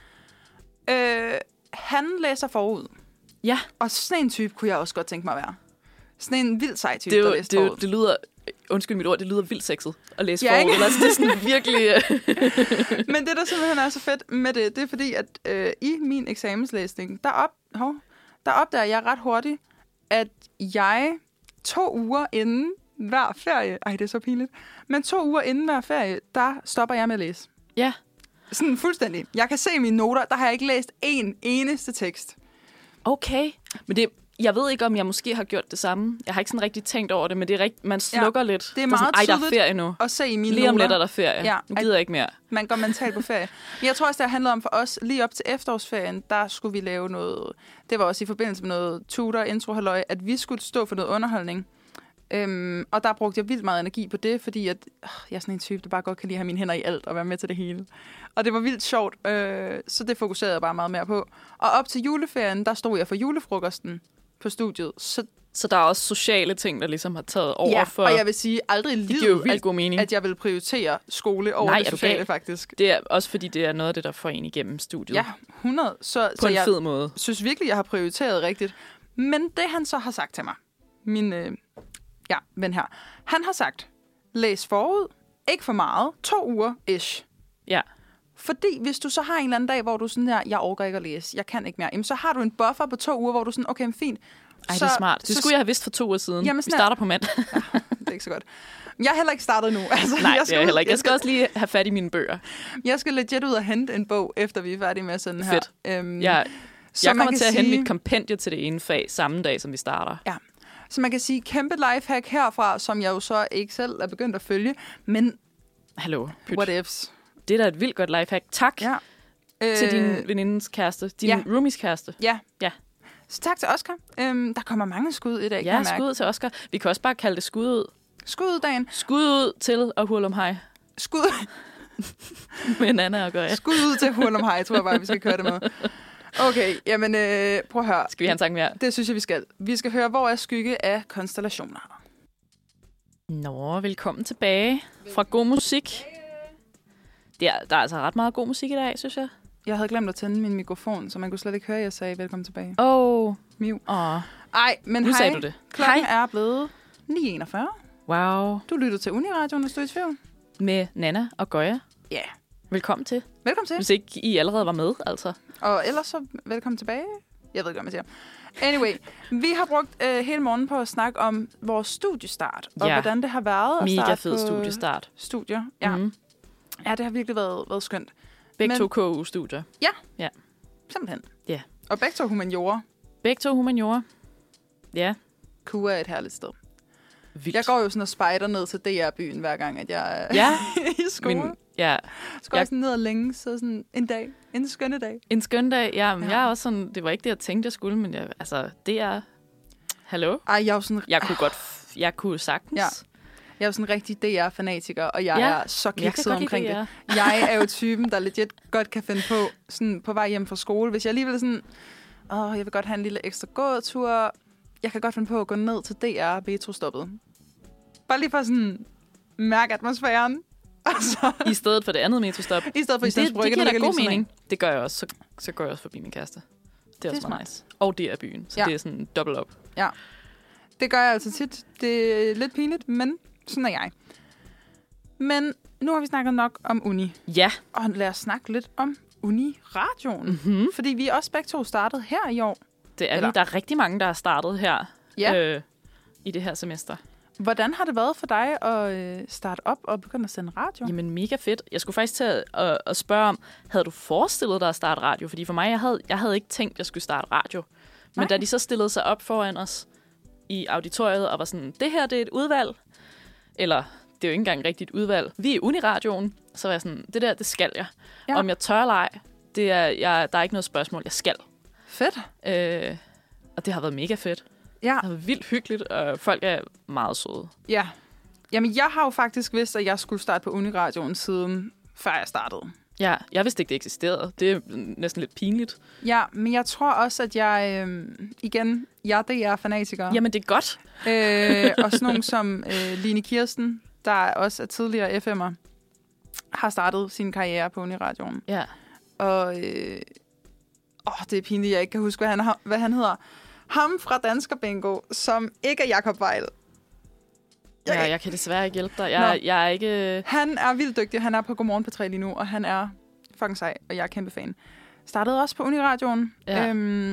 Han læser forud. Ja. Og sådan en type kunne jeg også godt tænke mig at være. Sådan en vild sej type, der læser forud. Det lyder, undskyld mit ord, det lyder vildt sexet at læse forud. Eller det er sådan virkelig... Men det, der simpelthen er så fedt med det er fordi, at i min eksamenslæsning, der opdager jeg ret hurtigt, at jeg 2 uger inden hver ferie... Ej, det er så pinligt. Men 2 uger inden hver ferie, der stopper jeg med at læse. Ja. Sådan fuldstændig. Jeg kan se i mine noter, der har jeg ikke læst en eneste tekst. Okay. Men jeg ved ikke, om jeg måske har gjort det samme. Jeg har ikke sådan rigtig tænkt over det, men det er man slukker lidt. Det er meget sådan, der er ferie nu. At se i mine lige om noter. lidt er der ferie. Ja, nu gider jeg ikke mere. Man går mentalt på ferie. Men jeg tror også, det har handlet om for os, lige op til efterårsferien, der skulle vi lave noget... Det var også i forbindelse med noget tutor, intro, halløj, at vi skulle stå for noget underholdning. Og der brugte jeg vildt meget energi på det, fordi at, jeg er sådan en type, der bare godt kan lide at have mine hænder i alt og være med til det hele. Og det var vildt sjovt, så det fokuserede jeg bare meget mere på. Og op til juleferien, der stod jeg for julefrokosten på studiet. Så der er også sociale ting, der ligesom har taget over for... og jeg vil sige aldrig i livet, at jeg vil prioritere skole over det sociale, faktisk. Det er også fordi, det er noget af det, der får en igennem studiet. Ja, 100. På en fed måde. Jeg synes virkelig, jeg har prioriteret rigtigt. Men det, han så har sagt til mig, min ven her, han har sagt, læs forud, ikke for meget, 2 uger-ish. Ja. Fordi hvis du så har en eller anden dag, hvor du sådan der, jeg orker ikke at læse, jeg kan ikke mere, jamen, så har du en buffer på 2 uger, hvor du sådan, okay, fint. Ej, det er smart. Det skulle jeg have vidst for 2 uger siden. Jamen, vi starter på mandag. Ja, det er ikke så godt. Jeg er heller ikke startet nu. Altså, nej, det er heller ikke. Jeg skal også lige have fat i mine bøger. Jeg skal legit ud og hente en bog, efter vi er færdige med sådan her. Fedt. Jeg kommer til at hente mit kompendie til det ene fag samme dag, som vi starter. Ja. Så man kan sige, kæmpe lifehack herfra, som jeg jo så ikke selv er begyndt at følge, men... Hallo, pyt. What ifs? Det er da et vildt godt lifehack. Tak til din venindens kæreste. Din roomies kæreste. Ja. Så tak til Oscar. Der kommer mange skud i dag, ja, skud til Oscar. Vi kan også bare kalde det skud ud. Skud ud dagen. Skud ud til og Hurlum Hej. Skud. Med Nana og Gøja. Skud ud til Hurlum Hej, tror jeg bare, vi skal køre det med. Okay, jamen prøv at høre. Skal vi have en sang mere? Det synes jeg, vi skal. Vi skal høre, hvor er skygge af konstellationer. Nå, velkommen tilbage fra god musik. Der er altså ret meget god musik i dag, synes jeg. Jeg havde glemt at tænde min mikrofon, så man kunne slet ikke høre, at jeg sagde velkommen tilbage. Miu. Ej, men nu sagde du det. Klokken er blevet 9:41. Wow. Du lytter til Uniradioen, hvis du er i tvivl. Med Nana og Gøja. Ja. Velkommen til. Velkommen til. Hvis ikke I allerede var med, altså. Og ellers så velkommen tilbage. Jeg ved ikke, hvad man siger. Anyway, vi har brugt hele morgen på at snakke om vores studiestart, og hvordan det har været at starte fed studiestart. Studier, ja. Mm. Ja, det har virkelig været skønt. Begge 2 KU-studier. Ja, simpelthen. Ja. Og begge 2 humaniora. Begge 2 humaniora. Ja. KU er et herligt sted. Vildt. Jeg går jo sådan og spejder ned til DR-byen, hver gang, at jeg er i skole. Så går jeg sådan ned og længe, så sådan en dag. En skønne dag. En skønne dag, ja. Jeg er også sådan, det var ikke det, jeg tænkte, jeg skulle, men det er... Hallo? Ej, jeg er jo sådan... Jeg kunne sagtens. Ja. Jeg er jo sådan en rigtig DR-fanatiker, og jeg er så kikset omkring det. Jeg er jo typen, der legit godt kan finde på, sådan på vej hjem fra skole. Hvis jeg alligevel sådan, jeg vil godt have en lille ekstra gåtur. Jeg kan godt finde på at gå ned til DR Metrostoppet. Bare lige for sådan mærke atmosfæren. Altså. I stedet for det andet metrostop. I stedet for det giver da god mening. Det gør jeg også. Så går jeg også forbi min kæreste. Det er også meget nice. Og det er byen. Så det er sådan double up. Ja. Det gør jeg altså tit. Det er lidt pinligt, men sådan er jeg. Men nu har vi snakket nok om uni. Ja. Og lad os snakke lidt om Uni-radioen. Mm-hmm. Fordi vi er også begge to startet her i år. Det er vi. Der er rigtig mange, der har startet her i det her semester. Hvordan har det været for dig at starte op og begynde at sende radio? Jamen, mega fedt. Jeg skulle faktisk til at spørge om, havde du forestillet dig at starte radio? Fordi for mig, jeg havde ikke tænkt, at jeg skulle starte radio. Men Nej. da de så stillede sig op foran os i auditoriet og var sådan, det her, det er et udvalg. Eller, det er jo ikke engang rigtigt udvalg. Vi er Uniradioen. Så var jeg sådan, det der, det skal jeg. Ja. Om jeg tør eller ej, der er ikke noget spørgsmål. Jeg skal. Fedt. Og det har været mega fedt. Ja. Det har været vildt hyggeligt, og folk er meget søde. Ja. Jamen, jeg har jo faktisk vidst, at jeg skulle starte på Uniradioen siden før jeg startede. Ja, jeg vidste ikke, det eksisterede. Det er næsten lidt pinligt. Ja, men jeg tror også, at jeg igen, jeg er fanatiker. Jamen, det er godt. Og sådan nogen som Line Kirsten, der også er tidligere FM'er, har startet sin karriere på Uniradioen. Ja. Og det er pinligt, jeg ikke kan huske, hvad han hedder. Ham fra Dansker Bingo, som ikke er Jakob Weil. Jeg kan desværre ikke hjælpe dig. Jeg er ikke... Han er vildt dygtig. Han er på Godmorgen på 3 lige nu, og han er fucking sej, og jeg er kæmpe fan. Startede også på Uniradioen. Ja.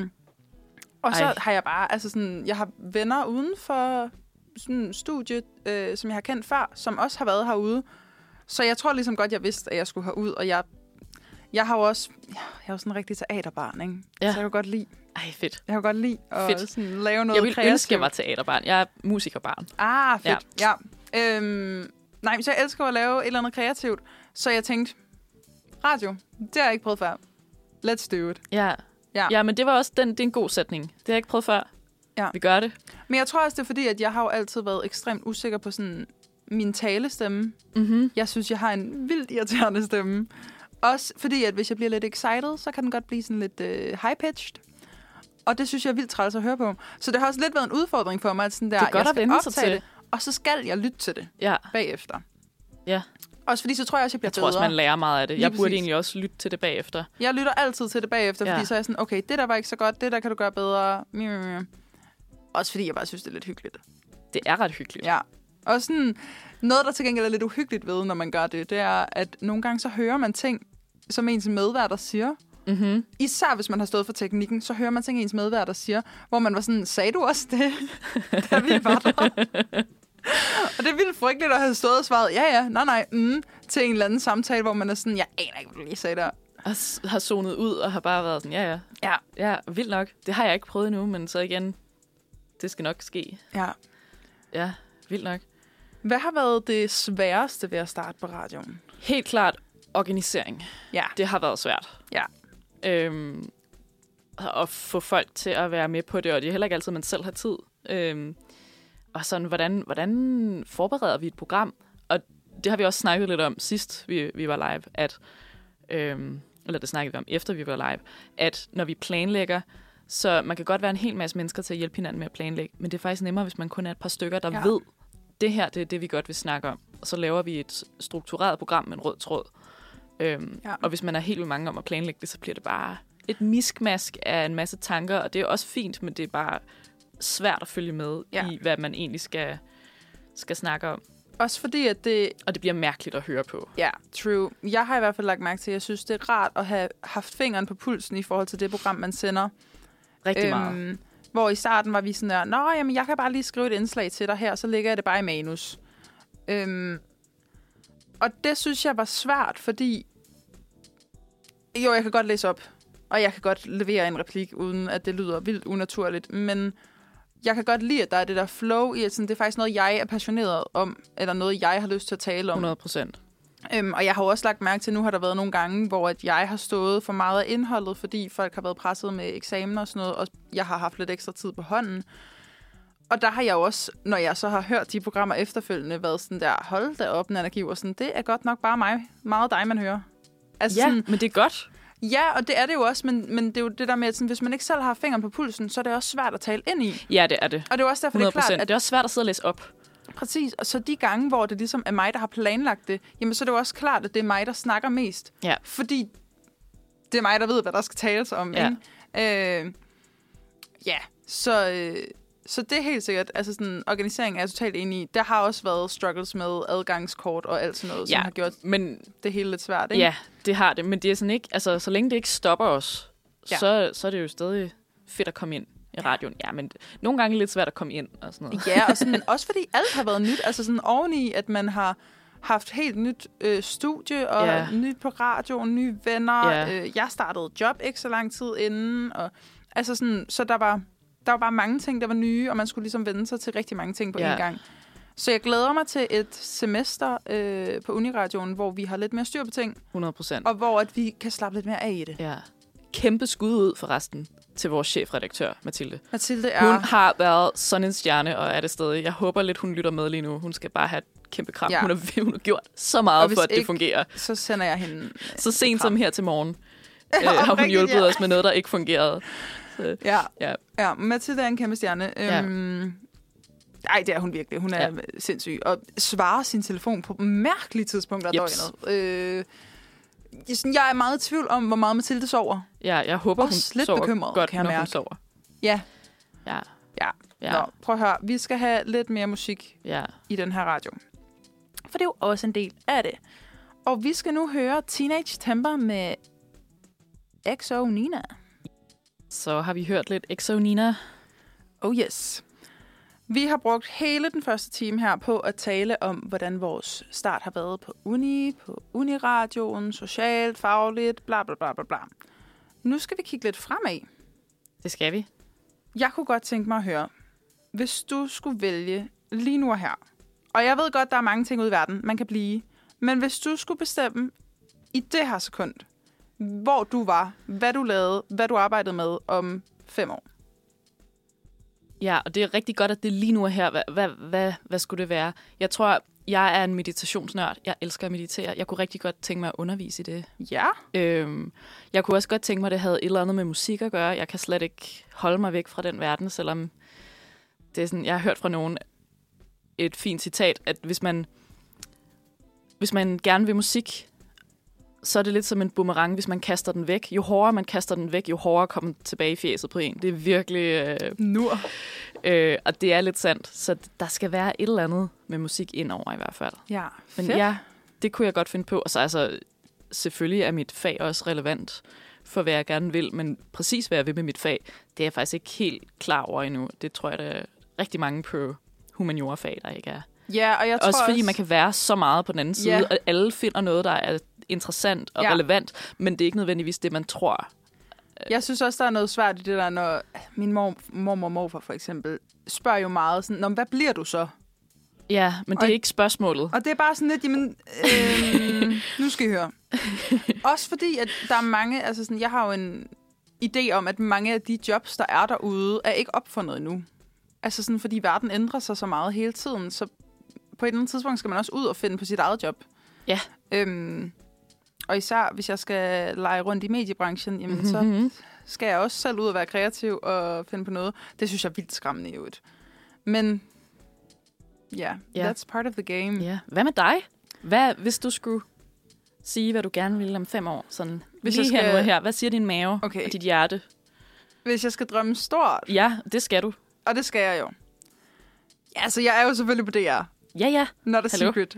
Og så har jeg bare, jeg har venner uden for sådan studiet, som jeg har kendt før, som også har været herude. Så jeg tror ligesom godt, jeg vidste, at jeg skulle herud, og jeg har jo også, jeg er jo sådan en rigtig teaterbarn, ikke? Ja. Så jeg kan godt lide. Ej, fedt. Jeg kan godt lide at sådan lave noget kreativt. Jeg vil ønske, jeg var teaterbarn. Jeg er musikerbarn. Fedt. Ja. Nej, så jeg elsker at lave et eller andet kreativt. Så jeg tænkte, radio, det har jeg ikke prøvet før. Let's do it. Ja, men det var også det er en god sætning. Det har jeg ikke prøvet før. Ja. Vi gør det. Men jeg tror også, det er fordi, at jeg har jo altid været ekstremt usikker på sådan min talestemme. Mm-hmm. Jeg synes, jeg har en vildt irriterende stemme. Også fordi, at hvis jeg bliver lidt excited, så kan den godt blive sådan lidt high-pitched. Og det synes jeg er vildt træls at høre på. Så det har også lidt været en udfordring for mig, at sådan der, det er godt jeg skal at vende sig optage til det, og så skal jeg lytte til det bagefter. Ja. Også fordi, så tror jeg også, jeg bliver bedre. Jeg tror også, man lærer meget af det. Jeg burde præcis. egentlig også lytte til det bagefter. Jeg lytter altid til det bagefter, fordi så er jeg sådan, okay, det der var ikke så godt, det der kan du gøre bedre. Også fordi jeg bare synes, det er lidt hyggeligt. Det er ret hyggeligt. Ja. Og sådan, noget, der til gengæld er lidt uhyggeligt ved, når man gør det, det er, at nogle gange så hører man ting, som ens medværter siger. Mm-hmm. Især hvis man har stået for teknikken, så hører man ting, ens medværter siger, hvor man var sådan, sagde du også det, da vi var der? Og det er vildt frygteligt at have stået og svaret, nej, til en eller anden samtale, hvor man er sådan, jeg aner ikke, hvad du lige sagde der. Og har zonet ud og har bare været sådan, ja, vildt nok. Det har jeg ikke prøvet endnu, men så igen, det skal nok ske. Ja, vildt nok. Hvad har været det sværeste ved at starte på radioen? Helt klart organisering. Ja. Det har været svært. Ja. At få folk til at være med på det, og det er heller ikke altid, man selv har tid. Og sådan, hvordan forbereder vi et program? Og det har vi også snakket lidt om sidst, vi var live, at, eller det snakkede vi om efter vi var live, at når vi planlægger, så man kan godt være en hel masse mennesker til at hjælpe hinanden med at planlægge, men det er faktisk nemmere, hvis man kun er et par stykker, der ved, det her, det er det, vi godt vil snakke om. Og så laver vi et struktureret program med en rød tråd. Og hvis man er helt vildt mange om at planlægge det, så bliver det bare et miskmask af en masse tanker, og det er også fint, men det er bare svært at følge med i, hvad man egentlig skal snakke om. Også fordi, at det... Og det bliver mærkeligt at høre på. Ja, true. Jeg har i hvert fald lagt mærke til, at jeg synes, det er rart at have haft fingeren på pulsen i forhold til det program, man sender. Rigtig meget. Hvor i starten var vi sådan der, jamen, jeg kan bare lige skrive et indslag til dig her, så lægger jeg det bare i manus. Og det synes jeg var svært, fordi... Jo, jeg kan godt læse op, og jeg kan godt levere en replik, uden at det lyder vildt unaturligt, men jeg kan godt lide, at der er det der flow i, at sådan, det er faktisk noget, jeg er passioneret om, eller noget, jeg har lyst til at tale om. 100%. Og jeg har også lagt mærke til, at nu har der været nogle gange, hvor at jeg har stået for meget af indholdet, fordi folk har været presset med eksamener og sådan noget, og jeg har haft lidt ekstra tid på hånden. Og der har jeg også, når jeg så har hørt de programmer efterfølgende, været sådan der, hold da op, Nana Giver, sådan, det er godt nok bare mig, meget dig, man hører. Altså, ja, sådan, men det er godt. Ja, og det er det jo også, men det er jo det der med, at sådan, hvis man ikke selv har fingeren på pulsen, så er det også svært at tale ind i. Ja, det er det. Og det er også derfor, 100%. Det er klart, at det er også svært at sidde og læse op. Præcis, og så de gange, hvor det ligesom er mig, der har planlagt det, jamen så er det jo også klart, at det er mig, der snakker mest. Ja. Fordi det er mig, der ved, hvad der skal tales om. Ja. Ikke? Så Så det er helt sikkert, altså sådan, organiseringen er jeg totalt enig i. Der har også været struggles med adgangskort og alt sådan noget, som har gjort det hele lidt svært, ikke? Ja, det har det, men det er sådan ikke, altså så længe det ikke stopper os, så er det jo stadig fedt at komme ind i radioen. Ja, men nogle gange er det lidt svært at komme ind og sådan noget. Ja, og sådan, også fordi alt har været nyt, altså sådan oveni, at man har haft helt nyt studie, og nyt på radioen, nye venner. Jeg startede job ikke så lang tid inden, og altså sådan, så der var bare mange ting, der var nye, og man skulle ligesom vende sig til rigtig mange ting på én gang. Så jeg glæder mig til et semester på Uniradioen, hvor vi har lidt mere styr på ting. 100%. Og hvor at vi kan slappe lidt mere af i det. Ja. Kæmpe skud ud forresten til vores chefredaktør, Mathilde. Mathilde er... Hun har været sådan en stjerne, og er det stadig. Jeg håber lidt, hun lytter med lige nu. Hun skal bare have et kæmpe kram. Ja. Hun har gjort så meget for, at det fungerer. Så sender jeg hende... Så sent som her til morgen har hun hjulpet os med noget, der ikke fungerede. Så, ja, Mathilde er en kæmpe stjerne. Ej, det er hun virkelig. Hun er sindssyg. Og svarer sin telefon på mærkelige tidspunkter af døgnet. Jeg er meget i tvivl om, hvor meget Mathilde sover. Ja, jeg håber, hun sover bekymret, godt, når hun sover. Ja. Ja. Nå, prøv at høre. Vi skal have lidt mere musik i den her radio. For det er jo også en del af det. Og vi skal nu høre Teenage Temper med XO Nina. Så har vi hørt lidt XO Nina. Oh yes. Vi har brugt hele den første time her på at tale om, hvordan vores start har været på Uniradioen, socialt, fagligt, bla bla bla bla bla. Nu skal vi kigge lidt fremad. Det skal vi. Jeg kunne godt tænke mig at høre, hvis du skulle vælge lige nu og her, og jeg ved godt, der er mange ting ude i verden, man kan blive, men hvis du skulle bestemme i det her sekund, hvor du var, hvad du lavede, hvad du arbejdede med om 5 år. Ja, og det er rigtig godt, at det lige nu er her. Hvad skulle det være? Jeg tror, jeg er en meditationsnørd. Jeg elsker at meditere. Jeg kunne rigtig godt tænke mig at undervise i det. Ja. Jeg kunne også godt tænke mig, at det havde et eller andet med musik at gøre. Jeg kan slet ikke holde mig væk fra den verden, selvom det er sådan, jeg har hørt fra nogen et fint citat, at hvis man gerne vil musik, så er det lidt som en boomerang, hvis man kaster den væk. Jo hårdere man kaster den væk, jo hårdere kommer den tilbage i fjeset på en. Det er virkelig... og det er lidt sandt. Så der skal være et eller andet med musik indover i hvert fald. Ja, men ja, det kunne jeg godt finde på. Og så altså, selvfølgelig er mit fag også relevant for, hvad jeg gerne vil. Men præcis hvad jeg vil med mit fag, det er jeg faktisk ikke helt klar over endnu. Det tror jeg, der er rigtig mange på humaniora-fag, der ikke er. Ja, og jeg tror også fordi man kan være så meget på den anden side, og alle finder noget, der er interessant og relevant, men det er ikke nødvendigvis det, man tror. Jeg synes også, der er noget svært i det der, når min mormor og morfar for eksempel spørger jo meget sådan, hvad bliver du så? Ja, men det er ikke spørgsmålet. Og det er bare sådan lidt, jamen, nu skal I høre. Også fordi, at der er mange, altså sådan, jeg har jo en idé om, at mange af de jobs, der er derude, er ikke opfundet endnu. Altså sådan, fordi verden ændrer sig så meget hele tiden, så på et eller andet tidspunkt skal man også ud og finde på sit eget job. Ja. Og især, hvis jeg skal lege rundt i mediebranchen, jamen, så skal jeg også selv ud og være kreativ og finde på noget. Det synes jeg er vildt skræmmende i øvrigt. Men that's part of the game. Ja. Hvad med dig? Hvis du skulle sige, hvad du gerne ville om 5 år? Sådan, hvis lige her nu her. Hvad siger din mave og dit hjerte? Hvis jeg skal drømme stort? Ja, det skal du. Og det skal jeg jo. Ja, så jeg er jo selvfølgelig på DR. Ja. Not a secret.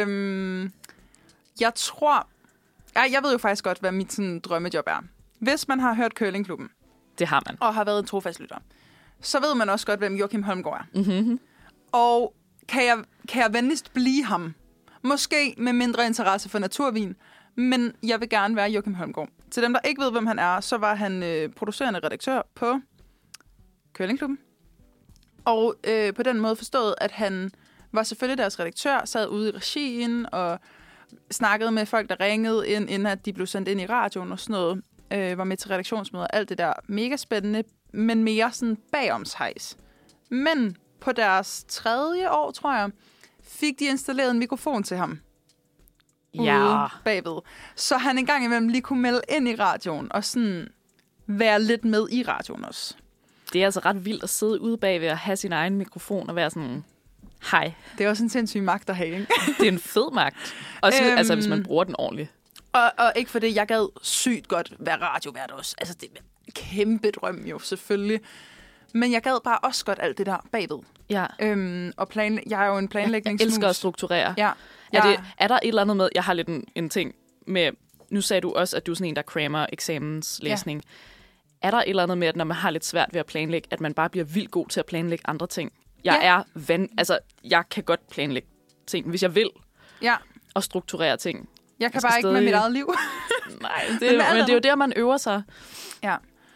Jeg tror... Jeg ved jo faktisk godt, hvad mit sådan, drømmejob er. Hvis man har hørt Curlingklubben. Det har man. Og har været en trofast lytter. Så ved man også godt, hvem Joachim Holmgaard er. Mm-hmm. Og kan jeg venligst blive ham? Måske med mindre interesse for naturvin. Men jeg vil gerne være Joachim Holmgaard. Til dem, der ikke ved, hvem han er, så var han producerende redaktør på Curlingklubben. Og på den måde forstået, at han var selvfølgelig deres redaktør, sad ude i regien og snakkede med folk, der ringede ind, inden at de blev sendt ind i radioen og sådan noget. Var med til redaktionsmøder, alt det der. Mega spændende, men mere sådan bagomshejs. Men på deres 3. år, tror jeg, fik de installeret en mikrofon til ham. Ja. Bagved. Så han engang imellem lige kunne melde ind i radioen og sådan være lidt med i radioen også. Det er altså ret vildt at sidde ude bagved og have sin egen mikrofon og være sådan, hej. Det er også en sindssyg magt at have, ikke? Det er en fed magt. Også altså, hvis man bruger den ordentligt. Og ikke for det, jeg gad sygt godt være radiovært også. Altså, det er en kæmpe drøm jo, selvfølgelig. Men jeg gad bare også godt alt det der bagved. Ja. Og jeg er jo en planlægningsmus. Jeg elsker at strukturere. Ja. Er der et eller andet med, jeg har lidt en ting med, nu sagde du også, at du er sådan en, der crammer eksamenslæsning. Ja. Er der et eller andet med, at når man har lidt svært ved at planlægge, at man bare bliver vildt god til at planlægge andre ting? Jeg kan godt planlægge ting, hvis jeg vil. Ja. Og strukturere ting. Jeg kan bare ikke med mit eget liv. Nej, men det er jo der, man øver sig. Ja.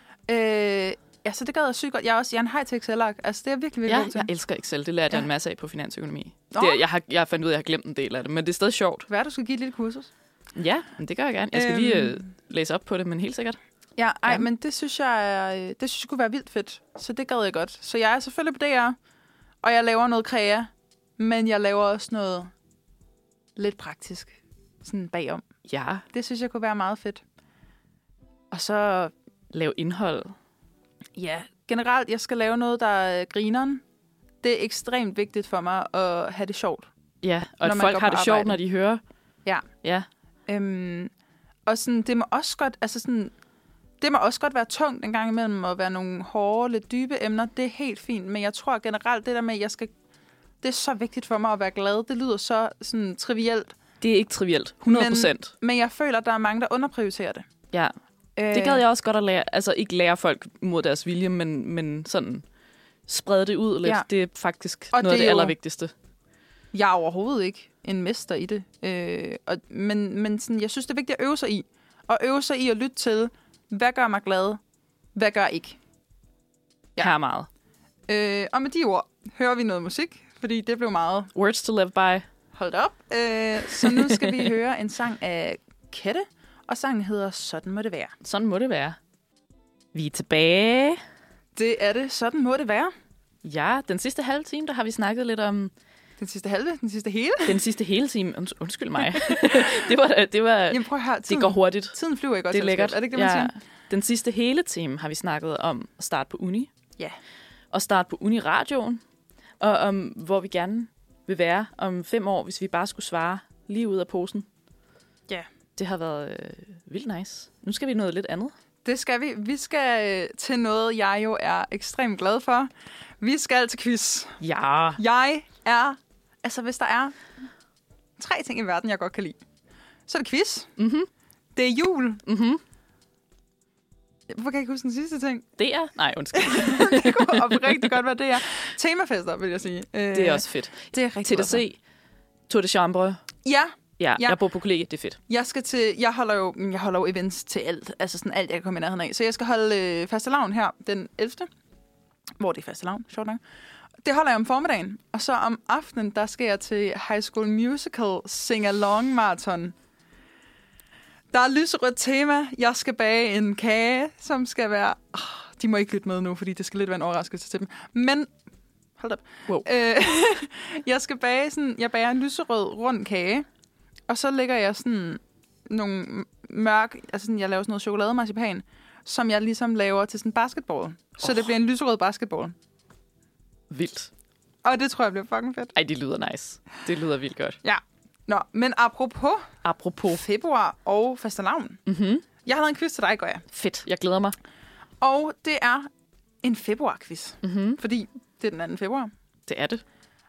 Så det gad jeg sygt godt. Jeg er en hej til Excel-ark. Altså, det er virkelig, virkelig god til. Jeg elsker Excel. Det lærte jeg en masse af på finansøkonomi. Jeg har fundet ud af, at jeg har glemt en del af det, men det er stadig sjovt. Hvad er du skal give et lille kursus? Ja, men det gør jeg gerne. Jeg skal lige læse op på det, men helt sikkert. Ja, men det synes jeg kunne være vildt fedt. Så det gad jeg godt. Så jeg er selvfølgelig på DR, og jeg laver noget krea, men jeg laver også noget lidt praktisk sådan bagom. Ja. Det synes jeg kunne være meget fedt. Og så lave indhold. Ja, generelt, jeg skal lave noget, der er grineren. Det er ekstremt vigtigt for mig at have det sjovt. Ja, og at folk har det sjovt, når de hører. Ja. Og sådan, det må også godt være tungt en gang imellem at være nogle hårde, lidt dybe emner. Det er helt fint, men jeg tror generelt, det der med, det er så vigtigt for mig at være glad. Det lyder så sådan trivielt. Det er ikke trivielt, 100%. Men jeg føler, at der er mange, der underprioriterer det. Ja, det gad jeg også godt at lære. Altså ikke lære folk mod deres vilje, men sådan sprede det ud lidt. Ja. Det er faktisk noget af det allervigtigste. Jeg er overhovedet ikke en mester i det. Men sådan, jeg synes, det er vigtigt at øve sig i. Og øve sig i at lytte til, hvad gør mig glad, hvad gør ikke. Ja. Her meget. Og med de ord hører vi noget musik, fordi det blev meget... Words to live by. Hold op. Så nu skal vi høre en sang af Kette, og sangen hedder Sådan må det være. Sådan må det være. Vi er tilbage. Det er det. Sådan må det være. Ja, den sidste halve time, der har vi snakket lidt om... Den sidste halve? Den sidste hele? Den sidste hele time. Undskyld mig. det var Jamen prøv at høre. Det går hurtigt. Tiden flyver ikke også. Det er lækkert. Er det ikke det, man siger? Den sidste hele time har vi snakket om at starte på uni. Ja. Og starte på Uni-radioen. Og om, hvor vi gerne vil være om 5 år, hvis vi bare skulle svare lige ud af posen. Ja. Det har været vildt nice. Nu skal vi noget lidt andet. Det skal vi. Vi skal til noget, jeg jo er ekstremt glad for. Vi skal til quiz. Ja. Altså, hvis der er 3 ting i verden, jeg godt kan lide, så er det quiz. Mm-hmm. Det er jul. Mm-hmm. Hvorfor kan jeg ikke huske den sidste ting? Det er? Nej, undskyld. Det kunne oprigtigt godt være det er. Temafester, vil jeg sige. Det er også fedt. Det er rigtig TDC, Tour de Chambre. Ja, jeg bor på kollegiet, det er fedt. Jeg holder jo events til alt. Altså sådan alt, jeg kan komme i nærheden af. Så jeg skal holde fastelavn her den 11. Hvor det er fastelavn, sjovt nok. Det holder jeg om formiddagen. Og så om aftenen, der skal jeg til High School Musical Sing-Along Marathon. Der er lyserødt tema. Jeg skal bage en kage, som skal være... de må ikke lytte med nu, fordi det skal lidt være en overraskelse til dem. Men... Hold op. Wow. Jeg bager en lyserød rund kage. Og så lægger jeg sådan nogle altså sådan, jeg laver sådan noget chokolademarcipan, som jeg ligesom laver til sådan en basketball. Så det bliver en lyserød basketball. Vildt. Og det tror jeg bliver fucking fedt. Ej, det lyder nice. Det lyder vildt godt. Ja. Nå, men apropos februar og fastelavn. Mm-hmm. Jeg har lavet en quiz til dig, går jeg. Fedt, jeg glæder mig. Og det er en februar-quiz. Mm-hmm. Fordi det er den 2. februar. Det er det.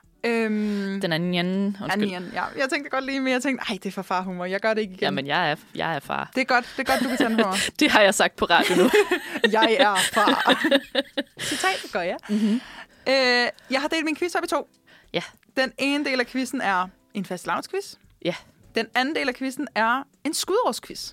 Den anden ja. Jeg tænkte godt lige, men jeg tænkte, det er for farhumor. Jeg gør det ikke igen. Jamen, jeg er far. Det er godt, du kan tage den for mig. Det har jeg sagt på radio nu. Jeg er far. Citat, det gør jeg. Mm-hmm. Jeg har delt min quiz op i 2. Ja. Den ene del af quizzen er en fastelavnsquiz. Ja. Den anden del af quizzen er en skudårsquiz.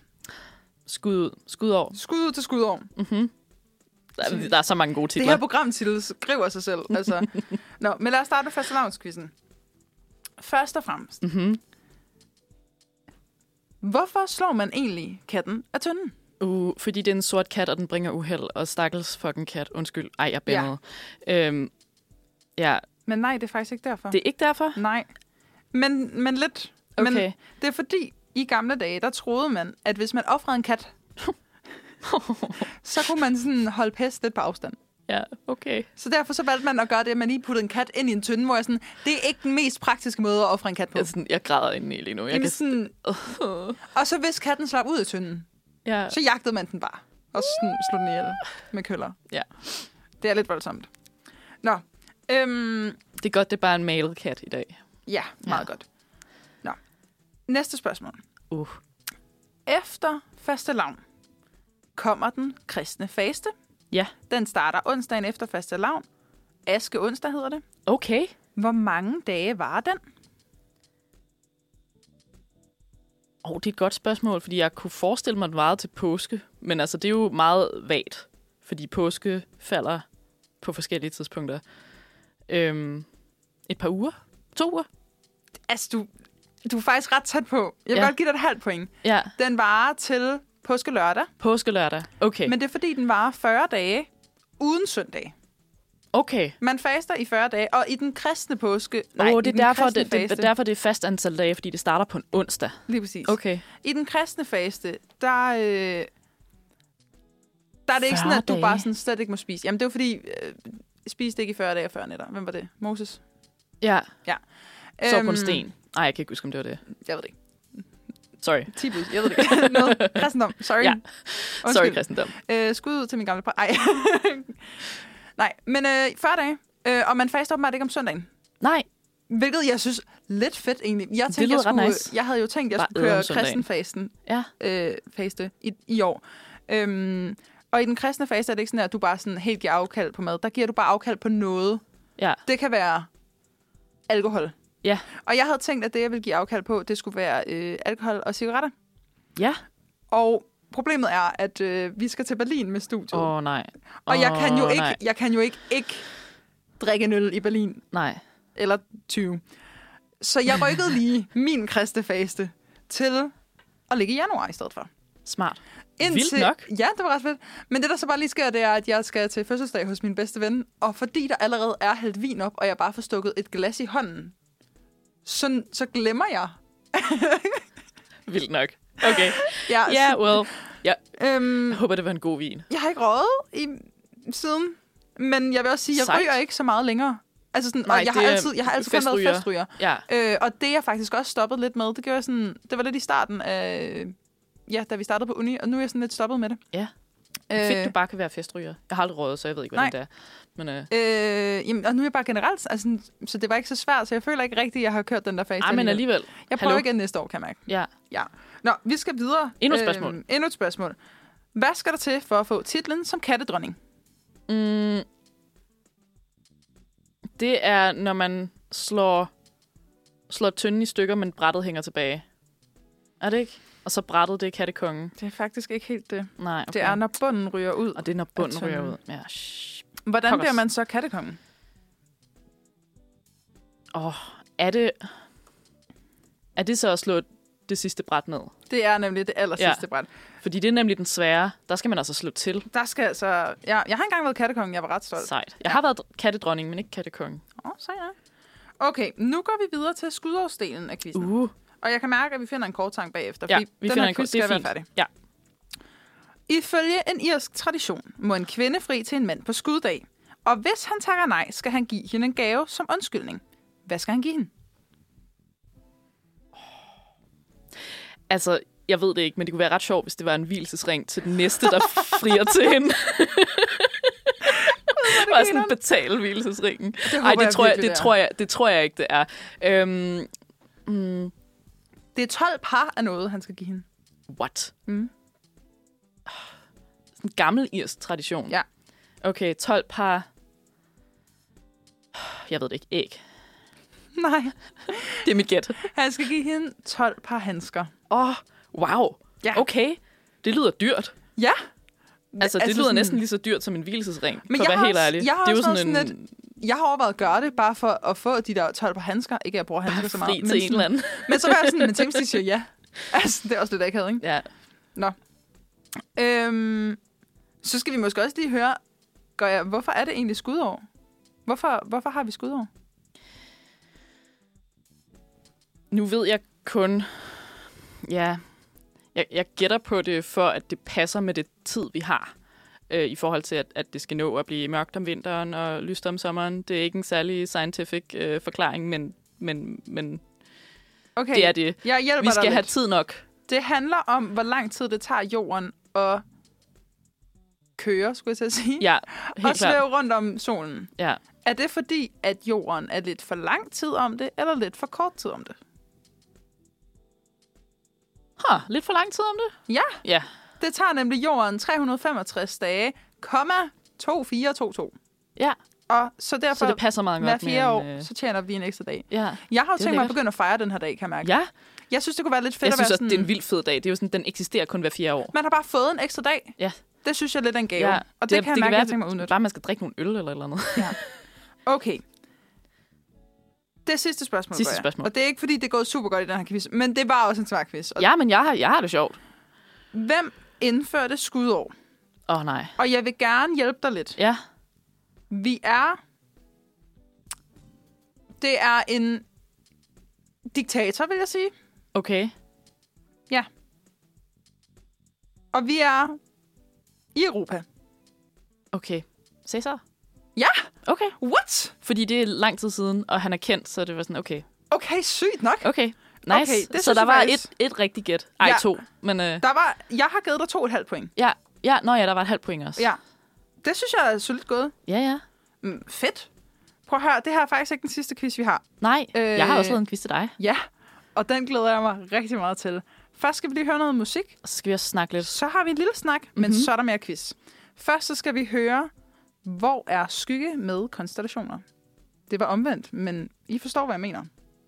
Skudår. Skud til skudår. Mm-hmm. Der er så mange gode titler. Det her programtitel skriver sig selv. Altså. Nå, men lad os starte med fastelavnsquizzen. Først og fremmest. Mm-hmm. Hvorfor slår man egentlig katten af tønden? Fordi det er en sort kat, og den bringer uheld. Og stakkels fucking kat. Undskyld. Ej, jeg bændede. Ja. Men nej, det er faktisk ikke derfor. Det er ikke derfor? Nej. Men lidt. Okay. Men det er fordi, i gamle dage, der troede man, at hvis man offrede en kat, så kunne man sådan holde pest lidt på afstand. Ja, okay. Så derfor så valgte man at gøre det, at man lige puttede en kat ind i en tønde, hvor jeg sådan, det er ikke den mest praktiske måde at ofre en kat på. Jeg græder indeni lige nu. Og så hvis katten slap ud af tønden, så jagtede man den bare. Og slog den ihjel med køller. Ja. Det er lidt voldsomt. Nå. Det er godt, det er bare en malet kat i dag. Ja, meget godt. Nå. Næste spørgsmål. Efter fastelavn kommer den kristne faste. Ja. Den starter onsdagen efter fastelavn. Aske onsdag hedder det. Okay. Hvor mange dage var den? Det er et godt spørgsmål, fordi jeg kunne forestille mig, at den varede til påske. Men altså, det er jo meget vagt, fordi påske falder på forskellige tidspunkter. Et par uger? 2 uger? Altså, du er faktisk ret tæt på. Jeg vil godt give dig et halvt point. Ja. Den varer til påskelørdag. Påskelørdag, okay. Men det er fordi, den varer 40 dage uden søndag. Okay. Man faster i 40 dage, og i den kristne påske... Det er derfor, det er fast antal dage, fordi det starter på en onsdag. Lige præcis. Okay. I den kristne faste, der er det ikke sådan, at du bare sådan slet ikke må spise. Jamen, det er jo fordi, spiste ikke i 40 dage og 40 nætter. Hvem var det? Moses? Ja. Ja. Så på en sten. Nej, jeg kan ikke huske, om det var det. Jeg ved det ikke. Sorry. Tibus, jeg ved det ikke. Noget. Kristendom. Sorry. Ja. Sorry, kristendom. Skud ud til min gamle par. Ej. Nej, men 40 dage. Og man faster åbenbart ikke om søndagen. Nej. Hvilket jeg synes lidt fedt egentlig. Jeg havde jo tænkt, at jeg skulle køre kristenfasten faste i år. Og i den kristne faste er det ikke sådan, at du bare sådan helt giver afkald på mad. Der giver du bare afkald på noget. Ja. Det kan være alkohol. Ja. Og jeg havde tænkt, at det, jeg ville give afkald på, det skulle være alkohol og cigaretter. Ja. Og problemet er, at vi skal til Berlin med studiet. Nej. Og jeg kan jo ikke drikke en øl i Berlin. Nej. Eller 20. Så jeg rykkede lige min kristefaste til at ligge i januar i stedet for. Smart. Vildt nok. Ja, det var ret fedt. Men det, der så bare lige sker, det er, at jeg skal til fødselsdag hos min bedste ven. Og fordi der allerede er hældt vin op, og jeg bare får stukket et glas i hånden, så glemmer jeg. Vildt nok. Okay. Jeg håber, det var en god vin. Jeg har ikke røget siden, men jeg vil også sige, jeg ryger ikke så meget længere. Altså sådan, og jeg har altid kun været festryger. Ja. Og det jeg faktisk også stoppet lidt med, det gjorde jeg sådan, det var lidt i starten af, da vi startede på uni, og nu er jeg sådan lidt stoppet med det. Ja. Fedt, du bare kan være festryger. Jeg har aldrig røget, så jeg ved ikke, hvordan det er. Men, jamen, og nu er jeg bare generelt, altså, så det var ikke så svært, så jeg føler ikke rigtigt, at jeg har kørt den der fase. Nej, men alligevel. Jeg prøver igen næste år, kan jeg mærke. Ja. Nå, vi skal videre. Endnu et spørgsmål. Hvad skal der til for at få titlen som kattedronning? Det er, når man slår tynden i stykker, men brættet hænger tilbage. Er det ikke? Og så brættet, det er kattekongen. Det er faktisk ikke helt det. Nej, okay. Det er, når bunden ryger ud. Og det er, når bunden ryger ud. Ja, hvordan bliver man så kattekongen? Er det så at slå det sidste bræt ned? Det er nemlig det aller sidste bræt. Fordi det er nemlig den svære. Der skal man altså slå til. Der skal altså... Jeg har engang været kattekongen. Jeg var ret stolt. Sejt. Jeg har været kattedronning, men ikke kattekongen. Sejt. Okay, nu går vi videre til skudårsdelen af quizzen. Og jeg kan mærke, at vi finder en kortang bagefter, fordi vi den her quiz skal være færdig. Ja. Ifølge en irsk tradition må en kvinde fri til en mand på skuddag. Og hvis han takker nej, skal han give hende en gave som undskyldning. Hvad skal han give hende? Altså, jeg ved det ikke, men det kunne være ret sjovt, hvis det var en hvilesesring til den næste, der frier til hende. Bare sådan betale hvilesesringen. Det tror jeg ikke, det er. Det er 12 par af noget, han skal give hende. What? Sådan en gammel irsk tradition. Ja. Okay, 12 par... Jeg ved det ikke. Æg. Nej. Det er mit gæt. Han skal give hende 12 par handsker. Wow. Ja. Okay. Det lyder dyrt. Ja. Altså, det lyder sådan... næsten lige så dyrt som en hvilesesring. Men for at være helt ærlig. Det er jo sådan jeg har overvejet at gøre det, bare for at få de der 12 par handsker. Ikke at jeg bruger handsker så meget. Men til en eller anden. Men så var jeg sådan, men tænk, hvis de siger ja. Altså, det er også lidt akavet, ikke? Ja. Nå. Så skal vi måske også lige høre, hvorfor er det egentlig skudår? Hvorfor har vi skudår? Nu ved jeg kun... Ja, jeg gætter på det, for at det passer med det tid, vi har. I forhold til, at det skal nå at blive mørkt om vinteren og lyst om sommeren. Det er ikke en særlig scientific forklaring, men okay. Det er det. Vi skal have tid nok. Det handler om, hvor lang tid det tager jorden at køre, skulle jeg til at sige. Ja, og helt klart. svæve rundt om solen. Ja. Er det fordi, at jorden er lidt for lang tid om det, eller lidt for kort tid om det? Lidt for lang tid om det? Ja. Ja. Det tager nemlig jorden 365 dage, 2422. Ja. Og så derfor, Så det passer meget hver godt med 4 år, så tjener vi en ekstra dag. Ja. Jeg har jo Det er tænkt mig at lækkert. begynde at fejre den her dag, kan jeg mærke. Ja. Jeg synes, det kunne være lidt fedt Jeg at være synes også, sådan... det er en vild fed dag. Det er jo sådan, den eksisterer kun hver 4 år. Man har bare fået en ekstra dag. Ja. Det synes jeg er lidt af en gave. Ja. Og det kan jeg mærke, at jeg tænker mig at udnytte. Bare man skal drikke nogle øl eller et eller andet. Ja. Okay. Det er sidste spørgsmål. Sidste spørgsmål. Og det er ikke, fordi det er gået super godt i den her quiz, men det var også en svær quiz. Og Ja, men jeg har det sjovt. hvem indførte skudår? Nej. Og jeg vil gerne hjælpe dig lidt. Ja. Det er en diktator, vil jeg sige. Okay. Og vi er i Europa. Okay. Cæsar? Ja! Okay. What? Fordi det er lang tid siden, og han er kendt, så det var sådan, okay. Okay, sygt nok. Okay. Nice. Okay, det så synes der jeg var faktisk. et rigtigt gæt. Ej, Ja. 2. Men Jeg har givet dig 2,5 point. ja, der var et halvt point også. Ja. Det synes jeg er solidt gået. Ja. Fedt. Prøv at høre, det her er faktisk ikke den sidste quiz, vi har. Nej, jeg har også lavet en quiz til dig. Ja, og den glæder jeg mig rigtig meget til. Først skal vi lige høre noget musik. Og så skal vi også snakke lidt. Så har vi en lille snak, men så er der mere quiz. Først så skal vi høre, hvor er skygge med konstellationer? Det var omvendt, men I forstår, hvad jeg mener.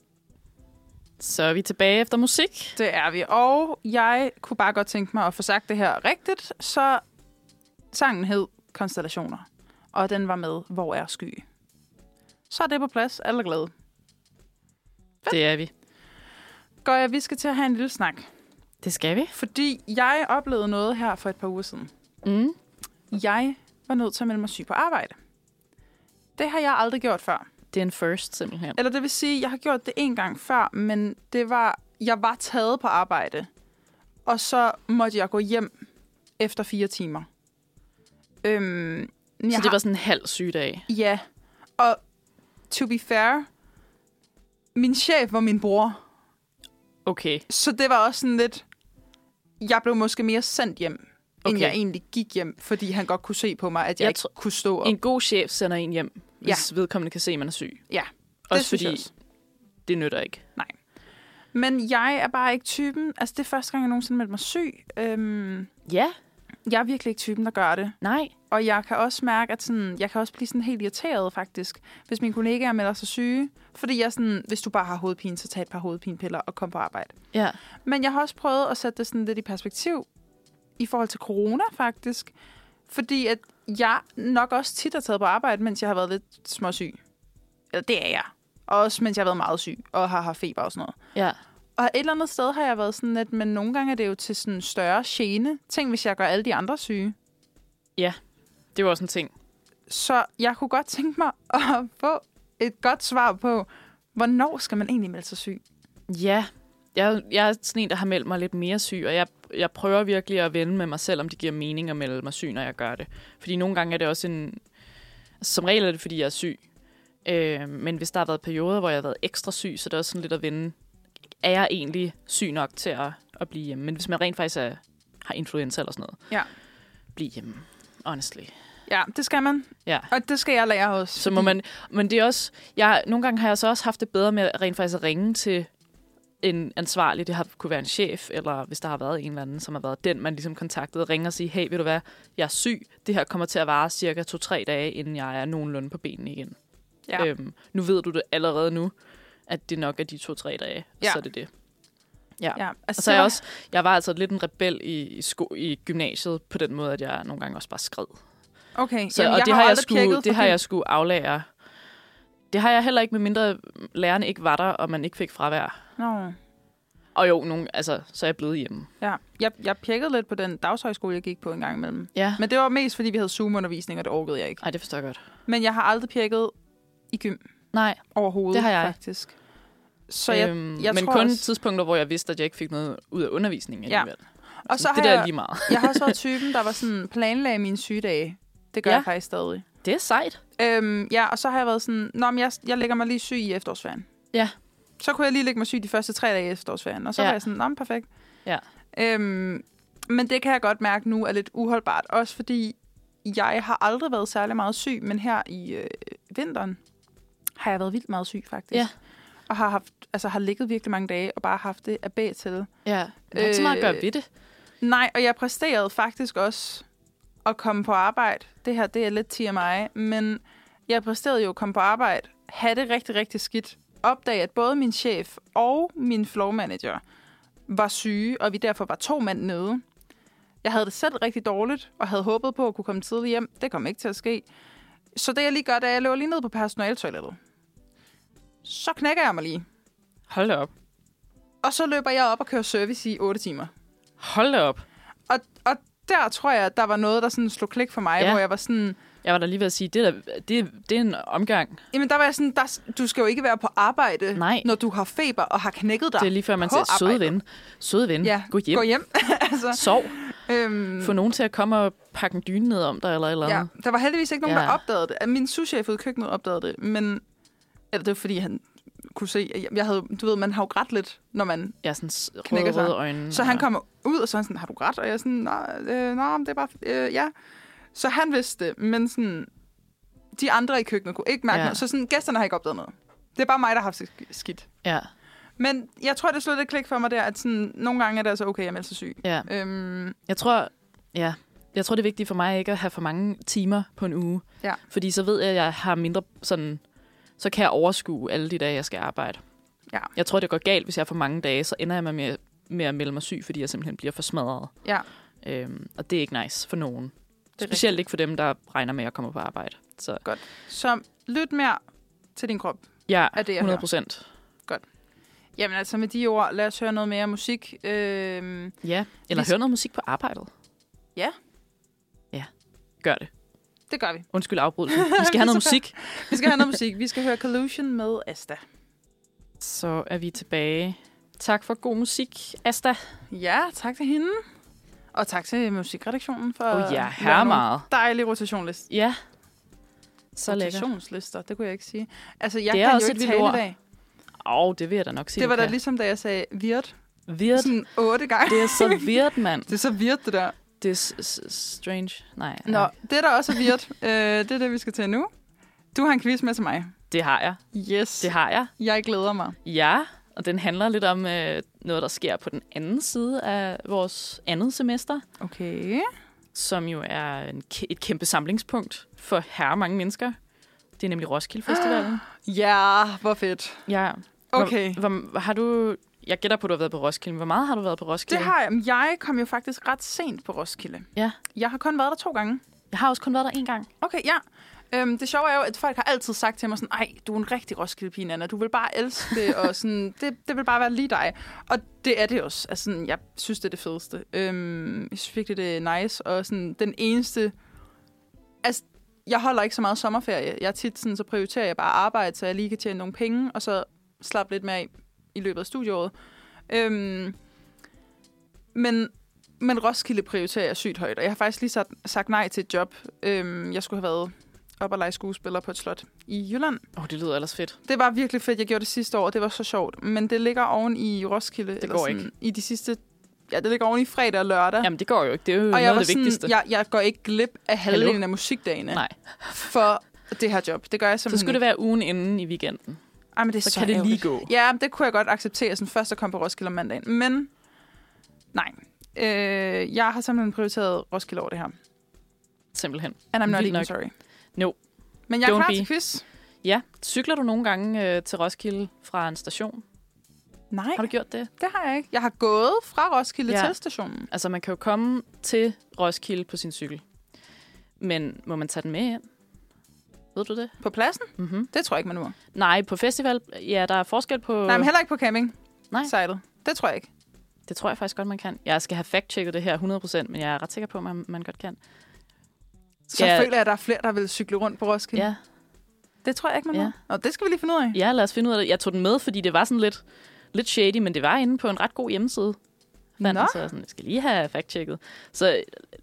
Så er vi tilbage efter musik. Det er vi, og jeg kunne bare godt tænke mig at få sagt det her rigtigt, så sangen hed Konstellationer, og den var med, hvor er skygge? Så er det på plads, alle er glade. Det er vi. Gøja, vi skal til at have en lille snak, Det skal vi. fordi jeg oplevede noget her for et par uger siden. Mm. Jeg var nødt til at melde mig syg på arbejde. Det har jeg aldrig gjort før. Det er en first, simpelthen. Eller det vil sige, jeg har gjort det en gang før, men jeg var taget på arbejde, og så måtte jeg gå hjem efter 4 timer. Så det var sådan en halv sygedag? Ja, og to be fair, min chef var min bror. Okay. Så det var også sådan lidt, jeg blev måske mere sendt hjem, end jeg egentlig gik hjem, fordi han godt kunne se på mig, at jeg ikke kunne stå op. En god chef sender en hjem, hvis vedkommende kan se, at man er syg. Ja, også fordi det nytter ikke. Nej. Men jeg er bare ikke typen, altså det er første gang, jeg nogensinde meldte mig syg. Ja. Jeg er virkelig ikke typen, der gør det. Nej. Og jeg kan også mærke, at jeg kan også blive sådan helt irriteret faktisk, hvis mine kollegaer melder sig syge. Fordi jeg sådan, hvis du bare har hovedpine, så tag et par hovedpinepiller og kom på arbejde. Ja. Men jeg har også prøvet at sætte det sådan lidt i perspektiv i forhold til corona faktisk. Fordi at jeg nok også tit har taget på arbejde, mens jeg har været lidt småsyg. Eller det er jeg. Også mens jeg har været meget syg og har haft feber og sådan noget. Ja. Og et eller andet sted har jeg været sådan lidt, men nogle gange er det jo til sådan større gene. Tænk, hvis jeg gør alle de andre syge. Ja, det var også en ting. Så jeg kunne godt tænke mig at få et godt svar på, hvornår skal man egentlig melde sig syg? Ja, jeg er sådan en, der har meldt mig lidt mere syg, og jeg prøver virkelig at vende med mig selv, om det giver mening at melde mig syg, når jeg gør det. Fordi nogle gange er det også som regel er det, fordi jeg er syg. Men hvis der har været perioder, hvor jeg har været ekstra syg, så er det også sådan lidt at vende. Er jeg egentlig syg nok til at blive hjemme? Men hvis man rent faktisk har influenza eller sådan noget, blive hjemme. Honestly. Ja, det skal man. Ja. Og det skal jeg lære også. Så må man, men det er også, nogle gange har jeg så også haft det bedre med rent faktisk at ringe til en ansvarlig. Det kunne være en chef, eller hvis der har været en eller anden, som har været den, man ligesom kontaktede, ringer og siger, hey, ved du hvad, jeg er syg. Det her kommer til at vare cirka 2-3 dage, inden jeg er nogenlunde på benene igen. Ja. Nu ved du det allerede nu, at det nok er de 2-3 dage, så er det det. Ja. Altså, og så jeg var altså lidt en rebel i gymnasiet, på den måde, at jeg nogle gange også bare skred. Okay, så, og det har jeg skulle aflære. Det har jeg heller ikke, medmindre lærerne ikke var der, og man ikke fik fravær. No. Og jo, så er jeg blevet hjemme. Ja, jeg pjekkede lidt på den dagshøjskole, jeg gik på en gang imellem. Ja. Men det var mest, fordi vi havde Zoom-undervisning, og det orkede jeg ikke. Nej, det forstår jeg godt. Men jeg har aldrig pjekket i gym. Nej. Overhovedet, det har jeg faktisk. Så jeg men tror kun også tidspunkter, hvor jeg vidste, at jeg ikke fik noget ud af undervisningen alligevel. Og så det der er lige meget. Jeg har også været typen, der var sådan, planlagde mine sygedage. Det gør jeg faktisk stadig. Det er sejt. Og så har jeg været sådan, jeg lægger mig lige syg i efterårsferien. Ja. Så kunne jeg lige lægge mig syg de første 3 dage i efterårsferien. Og så var jeg sådan, perfekt. Ja. Men det kan jeg godt mærke nu er lidt uholdbart. Også fordi, jeg har aldrig været særlig meget syg, men her i vinteren har jeg været vildt meget syg, faktisk. Ja. Og har ligget virkelig mange dage, og bare haft det af bag til. Ja, det er ikke så meget at gøre ved det. Nej, og jeg præsterede faktisk også at komme på arbejde. Det her, det er lidt TMI, men jeg præsterede jo at komme på arbejde, have det rigtig, rigtig skidt, opdage, at både min chef og min floor manager var syge, og vi derfor var 2 mand nede. Jeg havde det selv rigtig dårligt, og havde håbet på at kunne komme tidligt hjem. Det kom ikke til at ske. Så det jeg lige gør, det er, at jeg løber lige ned på personaletoilettet. Så knækker jeg mig lige. Hold da op. Og så løber jeg op og kører service i 8 timer. Hold da op. Og der tror jeg, at der var noget, der sådan slog klik for mig, hvor jeg var sådan... Jeg var da lige ved at sige, det er en omgang. Jamen, der var jeg sådan, du skal jo ikke være på arbejde, når du har feber og har knækket dig. Det er lige før man siger, søde ven, ja, gå hjem. Gå hjem. Altså, sov. Få nogen til at komme og pakke en dyne ned om dig, eller andet. Ja, der var heldigvis ikke nogen, der opdagede det. Min souschef ude i køkkenet opdagede det, men eller det var fordi, han kunne se, at jeg havde, du ved, man har jo grædt lidt, når man sådan knækker sig. Øjne, så han kommer ud, og så sådan, har du grædt? Og jeg er sådan, nej, det er bare, ja. Så han vidste det, men sådan, de andre i køkkenet kunne ikke mærke noget. Så sådan, gæsterne har ikke opdaget noget. Det er bare mig, der har haft skidt. Ja. Men jeg tror, det slog lidt klik for mig der, at sådan, nogle gange er det altså okay, jeg melder sig syg. Ja. Jeg tror, det er vigtigt for mig ikke at have for mange timer på en uge. Ja. Fordi så ved jeg, at jeg har mindre sådan... Så kan jeg overskue alle de dage, jeg skal arbejde. Ja. Jeg tror, det går galt, hvis jeg har for mange dage, så ender jeg med at melde mig syg, fordi jeg simpelthen bliver for smadret. Ja. Og det er ikke nice for nogen. Specielt rigtigt. Ikke for dem, der regner med at komme på arbejde. Så. Godt. Så lyt mere til din krop. Ja, er det, 100%. Godt. Jamen altså med de ord, lad os høre noget mere musik. Ja, eller høre noget musik på arbejdet. Ja. Ja, gør det. Det gør vi. Undskyld afbrydelsen. Vi skal have noget musik. Vi skal have noget musik. Vi skal høre Collusion med Asta. Så er vi tilbage. Tak for god musik, Asta. Ja, tak til hende. Og tak til musikredaktionen for her meget dejlig rotationsliste. Ja. Så lækker. Rotationslister, det kunne jeg ikke sige. Altså, jeg det er kan også jo ikke tale i dag. Det vil jeg da nok sige. Det var da ligesom, da jeg sagde virt. Virt? Sådan 8 gange. Det er så virt, mand. Det er så virt, det der. Det er strange. Nej. Nå, det der også er virt, det er det, vi skal til nu. Du har en quiz med til mig. Det har jeg. Yes. Det har jeg. Jeg glæder mig. Ja, og den handler lidt om noget, der sker på den anden side af vores andet semester. Okay. Som jo er et kæmpe samlingspunkt for mange mennesker. Det er nemlig Roskilde Festivalen. Ja, hvor fedt. Ja. Okay. Har du... Jeg gætter på, at du har været på Roskilde. Hvor meget har du været på Roskilde? Det har jeg. Jeg kom jo faktisk ret sent på Roskilde. Ja. Jeg har kun været der 2 gange. Jeg har også kun været der 1 gang. Okay, ja. Det sjove er jo, at folk har altid sagt til mig sådan, ej, du er en rigtig Roskilde-pige, Anna. Du vil bare elske det, og sådan, det vil bare være lige dig. Og det er det også. Altså, sådan, jeg synes, det er det fedeste. Jeg synes virkelig, det er nice. Og sådan, den eneste... Altså, jeg holder ikke så meget sommerferie. Jeg tit sådan, så prioriterer jeg bare arbejde, så jeg lige kan tjene nogle penge, og så slappe lidt mere i løbet af studieåret. Men Roskilde prioriterer jeg sygt højt, og jeg har faktisk lige sagt nej til et job. Jeg skulle have været op og lege skuespiller på et slot i Jylland. Det lyder ellers fedt. Det var virkelig fedt. Jeg gjorde det sidste år, og det var så sjovt. Men det ligger oven i Roskilde. Det går ikke. I de sidste... Ja, det ligger oven i fredag og lørdag. Jamen, det går jo ikke. Det er jo noget af det vigtigste. Jeg går ikke glip af halvdelen af musikdagene. Nej. For det her job. Det gør jeg simpelthen. Så skulle det være ugen inden i weekenden. Ej, men det er så kan det lige gå. Ja, det kunne jeg godt acceptere, sådan først at komme på Roskilde om mandagen. Men nej. Jeg har simpelthen prioriteret Roskilde over det her. Simpelthen. And I'm not even sorry. No. Men jeg er klar til quiz. Ja. Cykler du nogle gange til Roskilde fra en station? Nej. Har du gjort det? Det har jeg ikke. Jeg har gået fra Roskilde til stationen. Altså, man kan jo komme til Roskilde på sin cykel. Men må man tage den med ind? Ved du det? På pladsen? Mm-hmm. Det tror jeg ikke, man må. Nej, på festival, ja, der er forskel på... Nej, men heller ikke på camping. Nej. Sejlet. Det tror jeg ikke. Det tror jeg faktisk godt, man kan. Jeg skal have fact-checket det her 100%, men jeg er ret sikker på, at man godt kan. Så føler jeg, at der er flere, der vil cykle rundt på Roskilde. Ja. Det tror jeg ikke, man må. Og det skal vi lige finde ud af. Ja, lad os finde ud af det. Jeg tog den med, fordi det var sådan lidt shady, men det var inde på en ret god hjemmeside. Så jeg skal lige have fact-checket. Så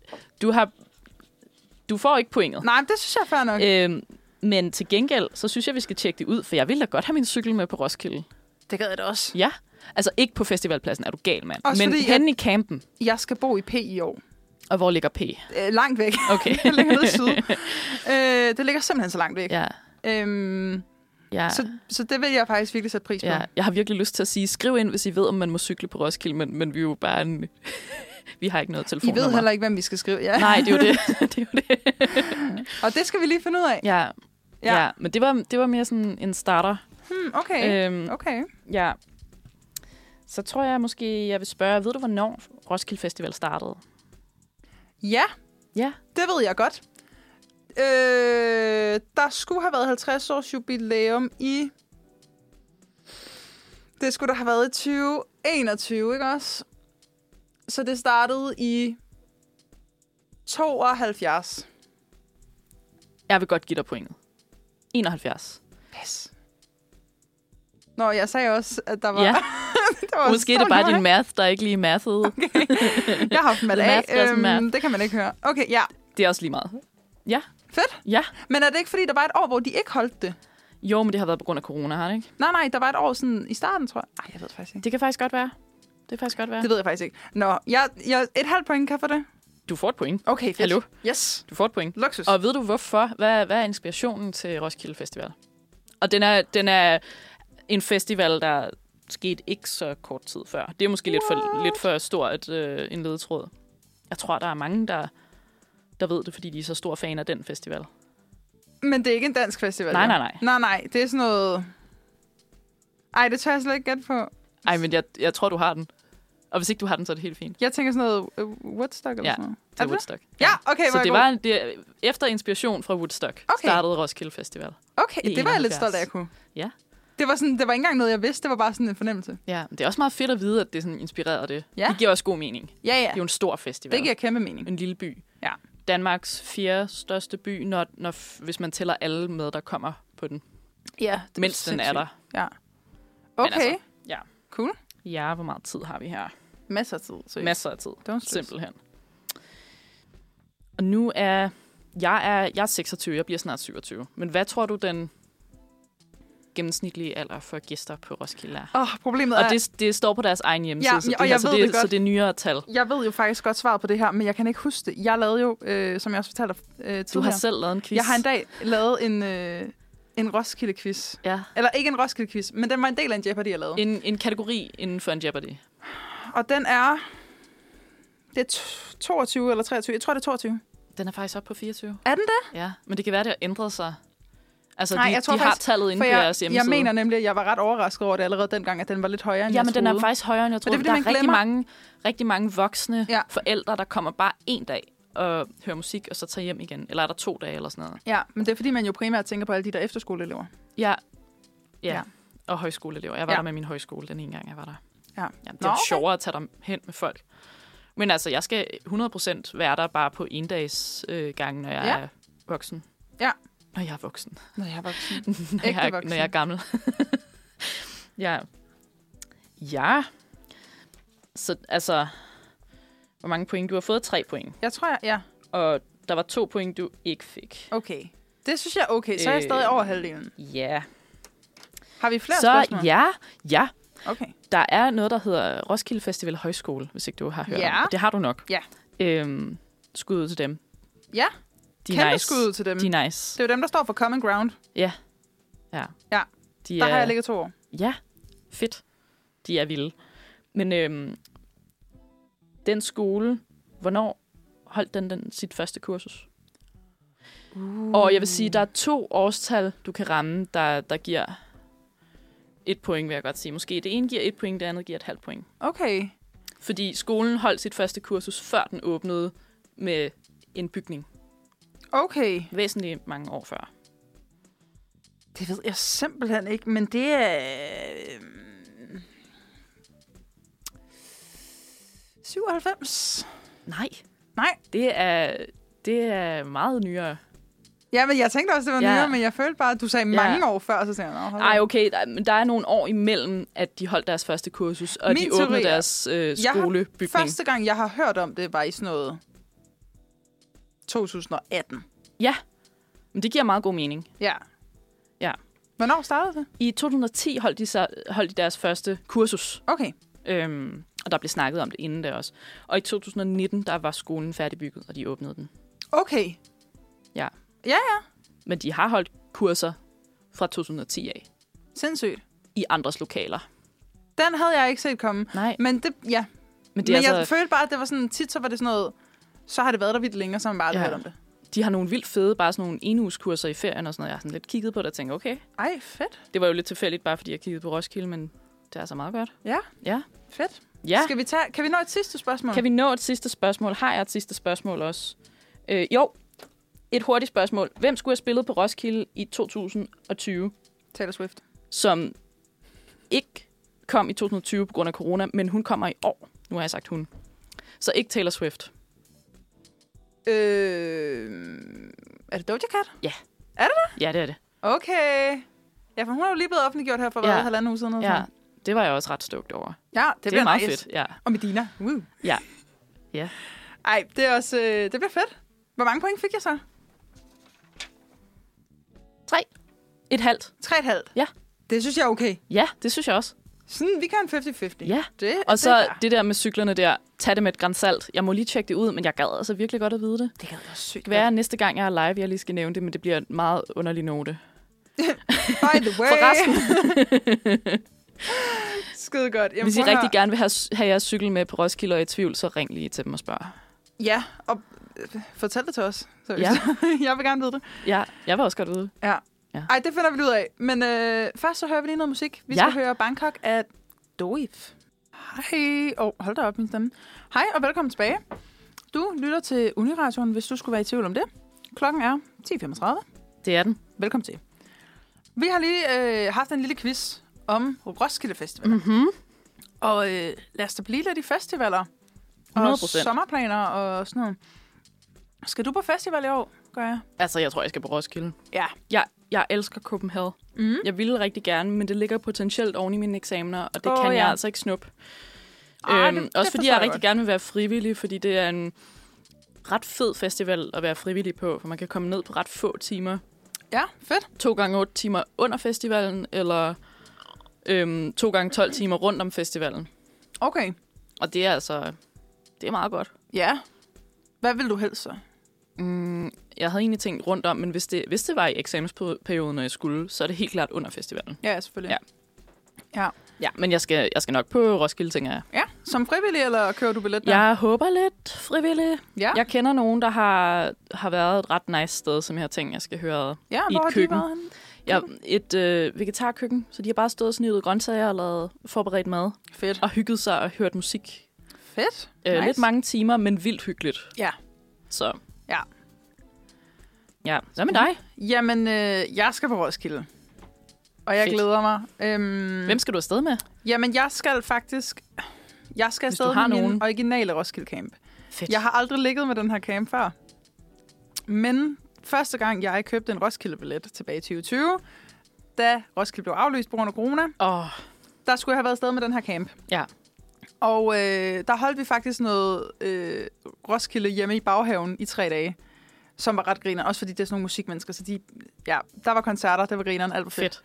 du får ikke pointet. Nej, det synes jeg er fair nok. Men til gengæld, så synes jeg, vi skal tjekke det ud, for jeg vil da godt have min cykel med på Roskilde. Det gad jeg da også. Ja, altså ikke på festivalpladsen, er du gal, mand. Også men henne i campen. Jeg skal bo i P i år. Og hvor ligger P? Langt væk. Okay. Det ligger nede syd. Det ligger simpelthen så langt væk. Ja. Ja. Så det vil jeg faktisk virkelig sætte pris på. Ja. Jeg har virkelig lyst til at sige, skriv ind, hvis I ved, om man må cykle på Roskilde, men vi er jo bare en... Vi har ikke noget telefonnummer. I ved heller ikke, hvem vi skal skrive. Ja. Nej, det er jo det. Det er jo det. Og det skal vi lige finde ud af. Ja, men det var mere sådan en starter. Okay. Okay. Ja. Så tror jeg måske, jeg vil spørge, ved du, hvornår Roskilde Festival startede? Ja, Ja. det ved jeg godt. Der skulle have været 50 års jubilæum i... Det skulle der have været i 2021, ikke også? Så det startede i 72. Jeg vil godt give dig pointet. 71. Pas. Nå, jeg sagde også, at der var... Ja. der var Måske er det bare din math, der ikke lige mathede. Okay. Jeg har haft math. Det kan man ikke høre. Okay, ja. Det er også lige meget. Ja. Fedt. Ja. Men er det ikke, fordi der var et år, hvor de ikke holdt det? Jo, men det har været på grund af corona, har det ikke? Nej, der var et år sådan i starten, tror jeg. Ej, jeg ved det faktisk ikke. Det kan faktisk godt være. Det ved jeg faktisk ikke. Nå, et halvt point kan for det. Du får et point. Okay, fedt. Hallo? Yes. Du får et point. Luksus. Og ved du hvorfor? Hvad er inspirationen til Roskilde Festival? Og den er en festival, der skete ikke så kort tid før. Det er måske lidt for stort en ledetråd. Jeg tror, der er mange, der ved det, fordi de er så store fan af den festival. Men det er ikke en dansk festival? Nej. Det er sådan noget... Ej, det tør jeg slet ikke gætte på. Ej, men jeg tror, du har den. Og hvis ikke du har den, så er det helt fint. Jeg tænker sådan noget Woodstock eller sådan noget. Det er Woodstock. Ja, okay. Så det efter inspiration fra Woodstock startede Roskilde Festival. Okay, det var jeg lidt stolt af, jeg kunne. Ja. Det var ikke engang noget, jeg vidste. Det var bare sådan en fornemmelse. Ja, det er også meget fedt at vide, at det er sådan inspireret af det. Ja. Det giver også god mening. Ja. Det er jo en stor festival. Det giver kæmpe mening. En lille by. Ja. Danmarks 4. største by, hvis man tæller alle med, der kommer på den. Ja, mens den er der. Ja. Okay. Altså, ja. Cool. Ja, hvor meget tid har vi her? Masser af tid. Seriøst. Masser af tid. Simpelthen. Og nu er jeg er 26, jeg bliver snart 27. Men hvad tror du, den gennemsnitlige alder for gæster på Roskilde er? Problemet er... Og det står på deres egen hjemmeside, så det er nyere tal. Jeg ved jo faktisk godt svaret på det her, men jeg kan ikke huske det. Jeg lavede jo, som jeg også fortalte tidligere... Du har selv lavet en quiz. Jeg har en dag lavet en Roskilde-quiz. Ja. Eller ikke en Roskilde-quiz, men den var en del af en Jeopardy, jeg lavede. En kategori inden for en Jeopardy. Og den er... Det er 22 eller 23. Jeg tror, det er 22. Den er faktisk op på 24. Er den det? Ja, men det kan være, det har ændret sig. Altså, Nej, de har tallet inde på jeres hjemmeside. Jeg mener nemlig, at jeg var ret overrasket over det allerede dengang, at den var lidt højere, end jeg troede. Ja, men den er faktisk højere, end jeg troede. Det er, fordi, der er rigtig mange voksne forældre, der kommer bare en dag og hører musik, og så tager hjem igen. Eller er der 2 dage eller sådan noget? Ja, men det er fordi, man jo primært tænker på alle de der efterskoleelever. Ja. Og højskoleelever. Jeg var der med min højskole den ene gang, jeg var der. Ja. Det er sjovere at tage dem hen med folk. Men altså, jeg skal 100% være der bare på endags gang, når jeg er voksen. Ja. Når jeg er voksen. Når jeg er voksen. Når jeg er gammel. Ja. Så altså, hvor mange point? Du har fået 3 point. Jeg tror, ja. Og der var 2 point, du ikke fik. Okay. Det synes jeg er okay. Så er jeg stadig over halvdelen. Ja. Har vi flere spørgsmål? Ja. Okay. Der er noget, der hedder Roskilde Festival Højskole, hvis ikke du har hørt om det. Det har du nok. Ja. Skud ud til dem. Ja. Kæmpe skud til dem. De er nice. Det er jo dem, der står for Common Ground. Ja. Der har jeg ligget 2 år. Ja, fedt. De er vilde. Men den skole, hvornår holdt den sit første kursus? Og jeg vil sige, der er 2 årstal, du kan ramme, der giver 1 point, vil jeg godt sige. Måske det ene giver 1 point, det andet giver et halvt point. Okay. Fordi skolen holdt sit første kursus, før den åbnede med en bygning. Okay. Væsentligt mange år før. Det ved jeg simpelthen ikke, men det er... 97? Nej. Det er meget nyere. Ja, men jeg tænkte også, det var nyere, men jeg følte bare, at du sagde mange år før, så tænkte jeg, nej, okay, der er nogle år imellem, at de holdt deres første kursus, og de åbnede deres skolebygning. Første gang, jeg har hørt om det, var i sådan noget 2018. Ja, men det giver meget god mening. Ja. Hvornår startede det? I 2010 holdt de deres første kursus. Okay. Og der blev snakket om det inden da også. Og i 2019, der var skolen færdigbygget, og de åbnede den. Okay. Ja. Ja. Men de har holdt kurser fra 2010 af. Sindssygt. I andres lokaler. Den havde jeg ikke set komme. Nej. Men det, ja. Men jeg følte bare, at det var sådan, tit så var det sådan noget, så har det været der vidt længere, så har man bare aldrig hørt om det. De har nogle vildt fede, bare sådan nogle eneugeskurser i ferien og sådan noget. Jeg har sådan lidt kigget på det og tænkt, okay. Ej, fedt. Det var jo lidt tilfældigt, bare fordi jeg kiggede på Roskilde, men det er altså meget godt. Ja. Fedt. Ja. Kan vi nå et sidste spørgsmål? Kan vi nå et sidste spørgsmål? Har jeg et sidste spørgsmål også? Jo. Et hurtigt spørgsmål. Hvem skulle have spillet på Roskilde i 2020? Taylor Swift. Som ikke kom i 2020 på grund af corona, men hun kommer i år. Nu har jeg sagt hun. Så ikke Taylor Swift. Er det Doja Cat? Ja. Er det det? Ja, det er det. Okay. Ja, for hun er jo lige blevet offentliggjort her for halvanden uge siden. Ja, det var jeg også ret stoked over. Ja, det bliver meget nice. fedt. Ja. Og Medina. Ja. Ja. Ej, det er også, det bliver fedt. Hvor mange point fik jeg så? 3. 1,5. 3,5? Ja. Det synes jeg er okay. Ja, det synes jeg også. Sådan, vi kan 50-50. Ja. Og så det der med cyklerne der, tag det med et gran salt. Jeg må lige tjekke det ud, men jeg gad altså virkelig godt at vide det. Det kan være sygt. Det kan være næste gang, jeg er live, jeg lige skal nævne det, men det bliver en meget underlig note. By the way. Forresten. Skide godt. Jamen, hvis I rigtig gerne vil have jeres cykel med på Roskilde og i tvivl, så ring lige til dem og spørg. Ja, og fortæl det til os. Ja. Jeg vil gerne vide det. Ja, jeg vil også godt vide det. Ja. Ej, det finder vi ud af. Men først så hører vi lige noget musik. Vi skal høre Bangkok af Doif. Hej. Hold da op, min stemme. Hej, og velkommen tilbage. Du lytter til Uniradioen, hvis du skulle være i tvivl om det. Klokken er 10.35. Det er den. Velkommen til. Vi har lige haft en lille quiz om Roskilde Festival. Mm-hmm. Og lad os da blive lidt i festivaler. 100%. Og sommerplaner og sådan noget. Skal du på festival i år, gør jeg? Altså, jeg tror, jeg skal på Roskilde. Ja. Jeg elsker Copenhagen. Mm. Jeg ville rigtig gerne, men det ligger potentielt oven i mine eksamener, og det kan jeg altså ikke snuppe. Også fordi jeg rigtig gerne vil være frivillig, fordi det er en ret fed festival at være frivillig på, for man kan komme ned på ret få timer. Ja, fedt. 2 gange 8 timer under festivalen, eller 2 gange 12 timer rundt om festivalen. Okay. Og det er altså, det er meget godt. Ja. Hvad vil du helst så? Jeg havde egentlig tænkt rundt om, men hvis det var i eksamensperioden, når jeg skulle, så er det helt klart under festivalen. Ja, selvfølgelig. Ja, men jeg skal nok på Roskilde, tænker jeg. Ja, som frivillig, eller kører du billet der? Jeg håber lidt frivillig. Ja. Jeg kender nogen, der har været et ret nice sted, som jeg har tænkt, jeg skal høre Ja, i hvor et køkken. har de været Et vegetarkøkken, så de har bare stået og snivet grøntsager og lavet forberedt mad. Fedt. Og hygget sig og hørt musik. Fedt. Nice. Lidt mange timer, men vildt hyggeligt. Ja. Så. Ja. Ja, hvad med dig? Jamen, jeg skal på Roskilde. Og jeg glæder mig. Hvem skal du afsted med? Jamen, jeg skal afsted med min originale Roskilde Camp. Fedt. Jeg har aldrig ligget med den her camp før. Men første gang, jeg købte en Roskilde-billet tilbage i 2020, da Roskilde blev aflyst på grund af corona, der skulle jeg have været afsted med den her camp. Ja. Og der holdt vi faktisk noget Roskilde hjemme i baghaven i 3 dage, som var ret griner. Også fordi det er sådan nogle musikmennesker, så der var koncerter, det var grineren, alt var fedt.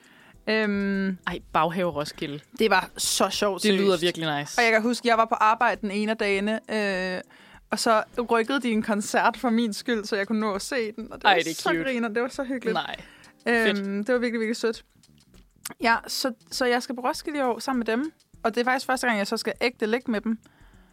Baghave Roskilde. Det var så sjovt. Det lyder virkelig nice. Og jeg kan huske, jeg var på arbejde den ene af dagene, og så rykkede de en koncert for min skyld, så jeg kunne nå at se den. Og det var så griner, det var så hyggeligt. Nej. Det var virkelig, virkelig sødt. Ja, så jeg skal på Roskilde i år sammen med dem. Og det er faktisk første gang, jeg så skal ægte ligge med dem.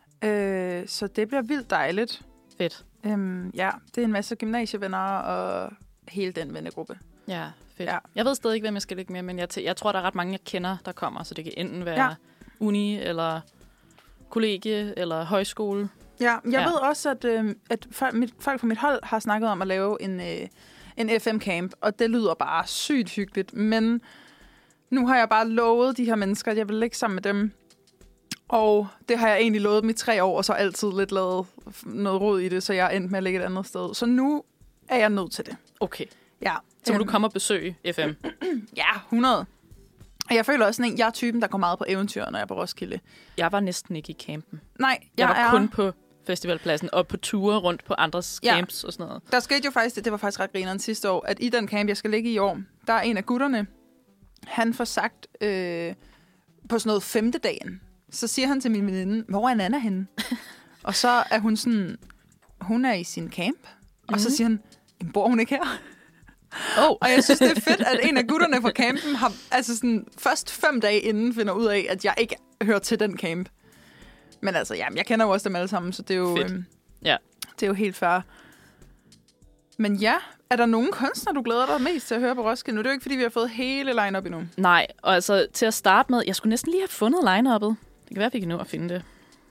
Så det bliver vildt dejligt. Fedt. Ja, det er en masse gymnasievenner og hele den vennegruppe. Ja, fedt. Ja. Jeg ved stadig ikke, hvem jeg skal ligge med, men jeg tror, der er ret mange, jeg kender, der kommer. Så det kan enten være uni, eller kollegie, eller højskole. Ja, jeg ved også, at folk fra mit hold har snakket om at lave en FM-camp, og det lyder bare sygt hyggeligt. Men nu har jeg bare lovet de her mennesker, at jeg vil ligge sammen med dem. Og det har jeg egentlig lovet dem i 3 år, og så altid lidt lavet noget rod i det, så jeg er endt med at ligge et andet sted. Så nu er jeg nødt til det. Okay. Ja. Så må du komme og besøge FM. Ja, 100. Og jeg føler også sådan jeg er typen, der går meget på eventyr, når jeg er på Roskilde. Jeg var næsten ikke i campen. Nej, jeg var kun på festivalpladsen og på ture rundt på andres camps og sådan noget. Der skete jo faktisk, det var faktisk ret grineren sidste år, at i den camp, jeg skal ligge i år, der er en af gutterne, han får sagt på sådan noget 5. dagen, Så siger han til min veninde, hvor er Nana henne? Og så er hun sådan, hun er i sin camp. Og så siger han, bor hun ikke her? Og jeg synes, det er fedt, at en af gutterne fra campen har, altså sådan, først 5 dage inden finder ud af, at jeg ikke hører til den camp. Men altså, ja, jeg kender jo også dem alle sammen, så det er jo, det er jo helt fair. Men ja, er der nogen kunstnere, du glæder dig mest til at høre på Roskilde? Nu er det jo ikke, fordi vi har fået hele line-up endnu. Nej, og altså til at starte med, jeg skulle næsten lige have fundet line-uppet. Det kan være, at vi kan nå at finde det.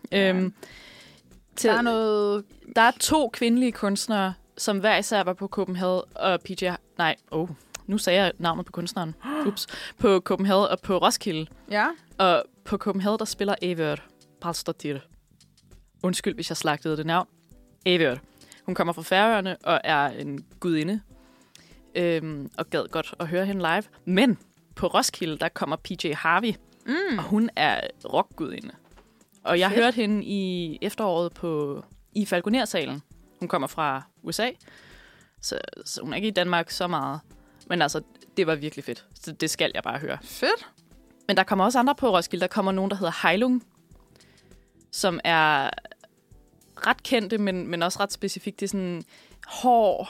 Ja. Der er 2 kvindelige kunstnere, som hver især var på Copenhagen og PJ... Nej, nu sagde jeg navnet på kunstneren. Ups. På Copenhagen og på Roskilde. Ja. Og på Copenhagen, der spiller Eivør Palstadtir. Undskyld, hvis jeg slagtede det navn. Eivør. Hun kommer fra Færøerne og er en gudinde. Og gad godt at høre hende live. Men på Roskilde, der kommer PJ Harvey. Og hun er rockgudinde. Og jeg hørte hende i efteråret i Falconer-salen. Hun kommer fra USA, så hun er ikke i Danmark så meget. Men altså, det var virkelig fedt. Så det skal jeg bare høre. Fedt. Men der kommer også andre på Roskilde. Der kommer nogen, der hedder Heilung, som er ret kendte, men også ret specifikt. Det er sådan hård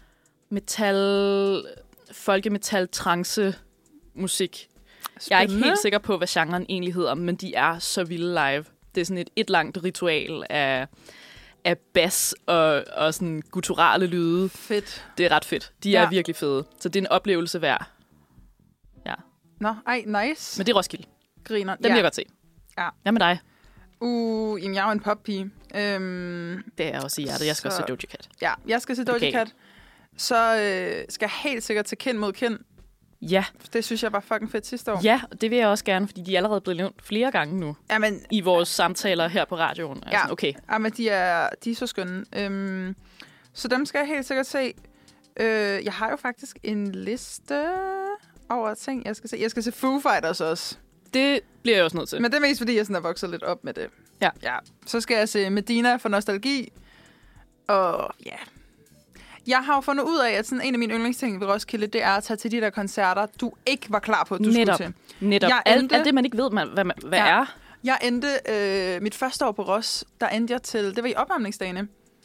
metal, folkemetal, trance musik. Jeg er ikke helt sikker på, hvad genren egentlig hedder, men de er så vilde live. Det er sådan et langt ritual af bass og sådan gutturale lyde. Fedt. Det er ret fedt. De er virkelig fede. Så det er en oplevelse værd. Ja. Nå, nice. Men det er Roskilde. Griner. Den vil jeg godt se. Ja. Hvad med dig? Jamen, jeg er jo en poppige. Det er også i hjertet. Jeg skal også se Doja Cat. Ja, jeg skal se Doja Cat. Så skal jeg helt sikkert til Kind mod Kind. Ja. Det synes jeg var fucking fedt sidste år. Ja, det vil jeg også gerne, fordi de er allerede blevet nævnt flere gange nu. Jamen, i vores samtaler her på radioen. Ja, altså, okay. Jamen, de er så skønne. Så dem skal jeg helt sikkert se. Jeg har jo faktisk en liste over ting, jeg skal se. Jeg skal se Foo Fighters også. Det bliver jeg også nødt til. Men det er mest, fordi jeg sådan er vokset lidt op med det. Ja. Så skal jeg se Medina for nostalgi. Og ja... Jeg har jo fundet ud af, at sådan en af mine yndlingsting ved Roskilde, det er at tage til de der koncerter, du ikke var klar på, at du skulle til. Netop. Alt det, man ikke ved, hvad er. Jeg endte mit første år på Ros, der endte jeg til, det var i opvarmningsdagene,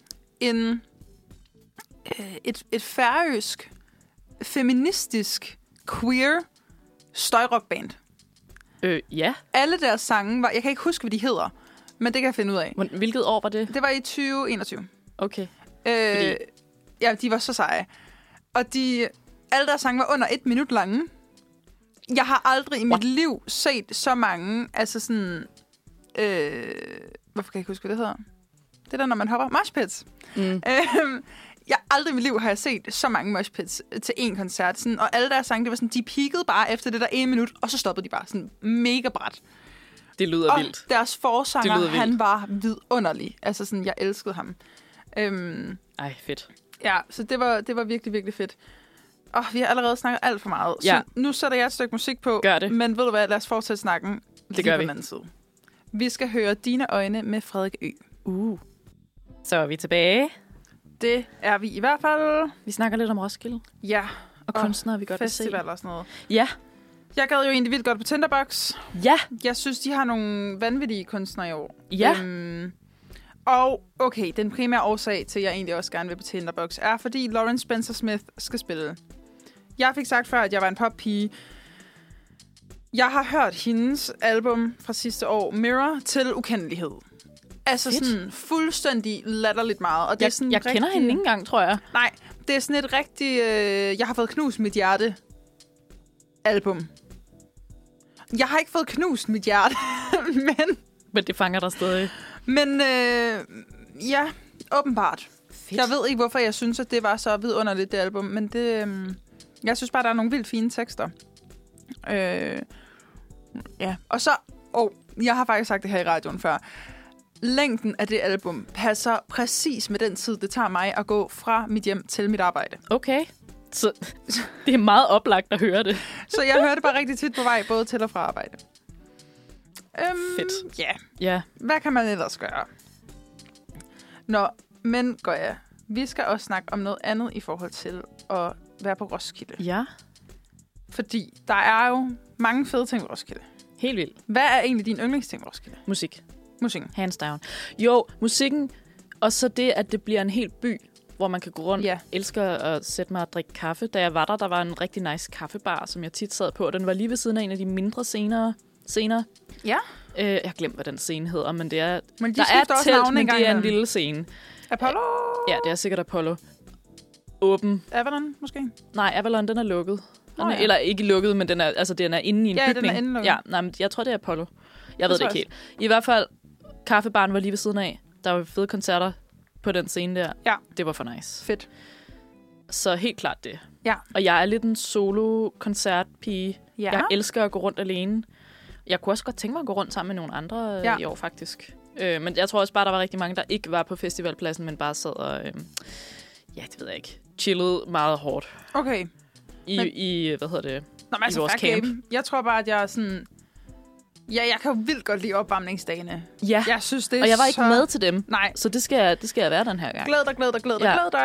et færøsk, feministisk, queer støjrockband. Ja. Alle deres sange var, jeg kan ikke huske, hvad de hedder, men det kan jeg finde ud af. Hvilket år var det? Det var i 2021. Okay. Ja, de var så seje. Og alle deres sange var under 1 minut lange. Jeg har aldrig i mit liv set så mange, altså sådan... hvorfor kan jeg ikke huske, hvad det hedder? Det der, når man hopper. Moshpits. Aldrig i mit liv har jeg set så mange moshpits til en koncert. Sådan, og alle deres sange, det var sådan, de peakede bare efter det der 1 minut, og så stoppede de bare sådan mega brat. Det lyder vildt. Og deres forsanger, han var vidunderlig. Altså sådan, jeg elskede ham. Ej, fedt. Ja, så det var virkelig, virkelig fedt. Vi har allerede snakket alt for meget. Ja. Så nu sætter jeg et stykke musik på. Gør det. Men ved du hvad, lad os fortsætte snakken. Det gør vi. På den anden side. Vi skal høre Dine Øjne med Frederik Ø. Så er vi tilbage. Det er vi i hvert fald. Vi snakker lidt om Roskilde. Ja. Og kunstnere, vi godt vil se. Festival og sådan noget. Ja. Jeg gad jo egentlig vildt godt på Tinderbox. Ja. Jeg synes, de har nogle vanvittige kunstnere i år. Ja. Og okay, den primære årsag til, at jeg egentlig også gerne vil på Tinderbox, er, fordi Lauren Spencer Smith skal spille. Jeg fik sagt før, at jeg var en poppige. Jeg har hørt hendes album fra sidste år, Mirror, til ukendelighed. Altså fedt. Sådan fuldstændig latterligt meget. Og det er sådan jeg kender hende ikke engang, tror jeg. Nej, det er sådan et rigtig... jeg har fået knust mit hjerte album. Jeg har ikke fået knust mit hjerte, Men det fanger dig stadig. Men ja, åbenbart. Fedt. Jeg ved ikke, hvorfor jeg synes, at det var så vidunderligt, det album. Men det, jeg synes bare, der er nogle vildt fine tekster. Ja. Og så, jeg har faktisk sagt det her i radioen før. Længden af det album passer præcis med den tid, det tager mig at gå fra mit hjem til mit arbejde. Okay. Så det er meget oplagt at høre det. Så jeg hører det bare rigtig tit på vej, både til og fra arbejde. Fedt. Ja. Ja. Hvad kan man ellers gøre? Nå, men Goya, vi skal også snakke om noget andet i forhold til at være på Roskilde. Ja. Fordi der er jo mange fede ting på Roskilde. Helt vildt. Hvad er egentlig din yndlingsting på Roskilde? Musikken. Hands down. Jo, musikken, og så det, at det bliver en hel by, hvor man kan gå rundt. Ja. Elsker at sætte mig og drikke kaffe. Da jeg var der var en rigtig nice kaffebar, som jeg tit sad på. Den var lige ved siden af en af de mindre scener. Ja. Jeg har glemt, hvad den scene hedder, men det er... Men de der er et også telt, navne men engang det er en imellem. lille scene. Apollo? Ja, det er sikkert Apollo. Åben. Avalon, måske? Nej, Avalon, den er lukket. Nå, ja. Eller ikke lukket, men den er inde i en bygning. Den er inde lukket. Ja, nej, men jeg tror, det er Apollo. Jeg ved det ikke helt. I hvert fald, kaffebaren var lige ved siden af. Der var fede koncerter på den scene der. Ja. Det var for nice. Fedt. Så helt klart det. Ja. Og jeg er lidt en solo-koncertpige. Ja. Jeg elsker at gå rundt alene. Jeg kunne også godt tænke mig at gå rundt sammen med nogle andre i år, faktisk. Men jeg tror også bare, der var rigtig mange, der ikke var på festivalpladsen, men bare sad og, det ved jeg ikke, chillede meget hårdt. Okay. I hvad hedder det? Nå, men i vores camp. Game. Jeg tror bare, at jeg er sådan... Ja, jeg kan jo vildt godt lide opvarmningsdagene. Ja, jeg synes, det er og jeg var ikke så... med til dem. Nej. Så det skal jeg være den her gang. Glæd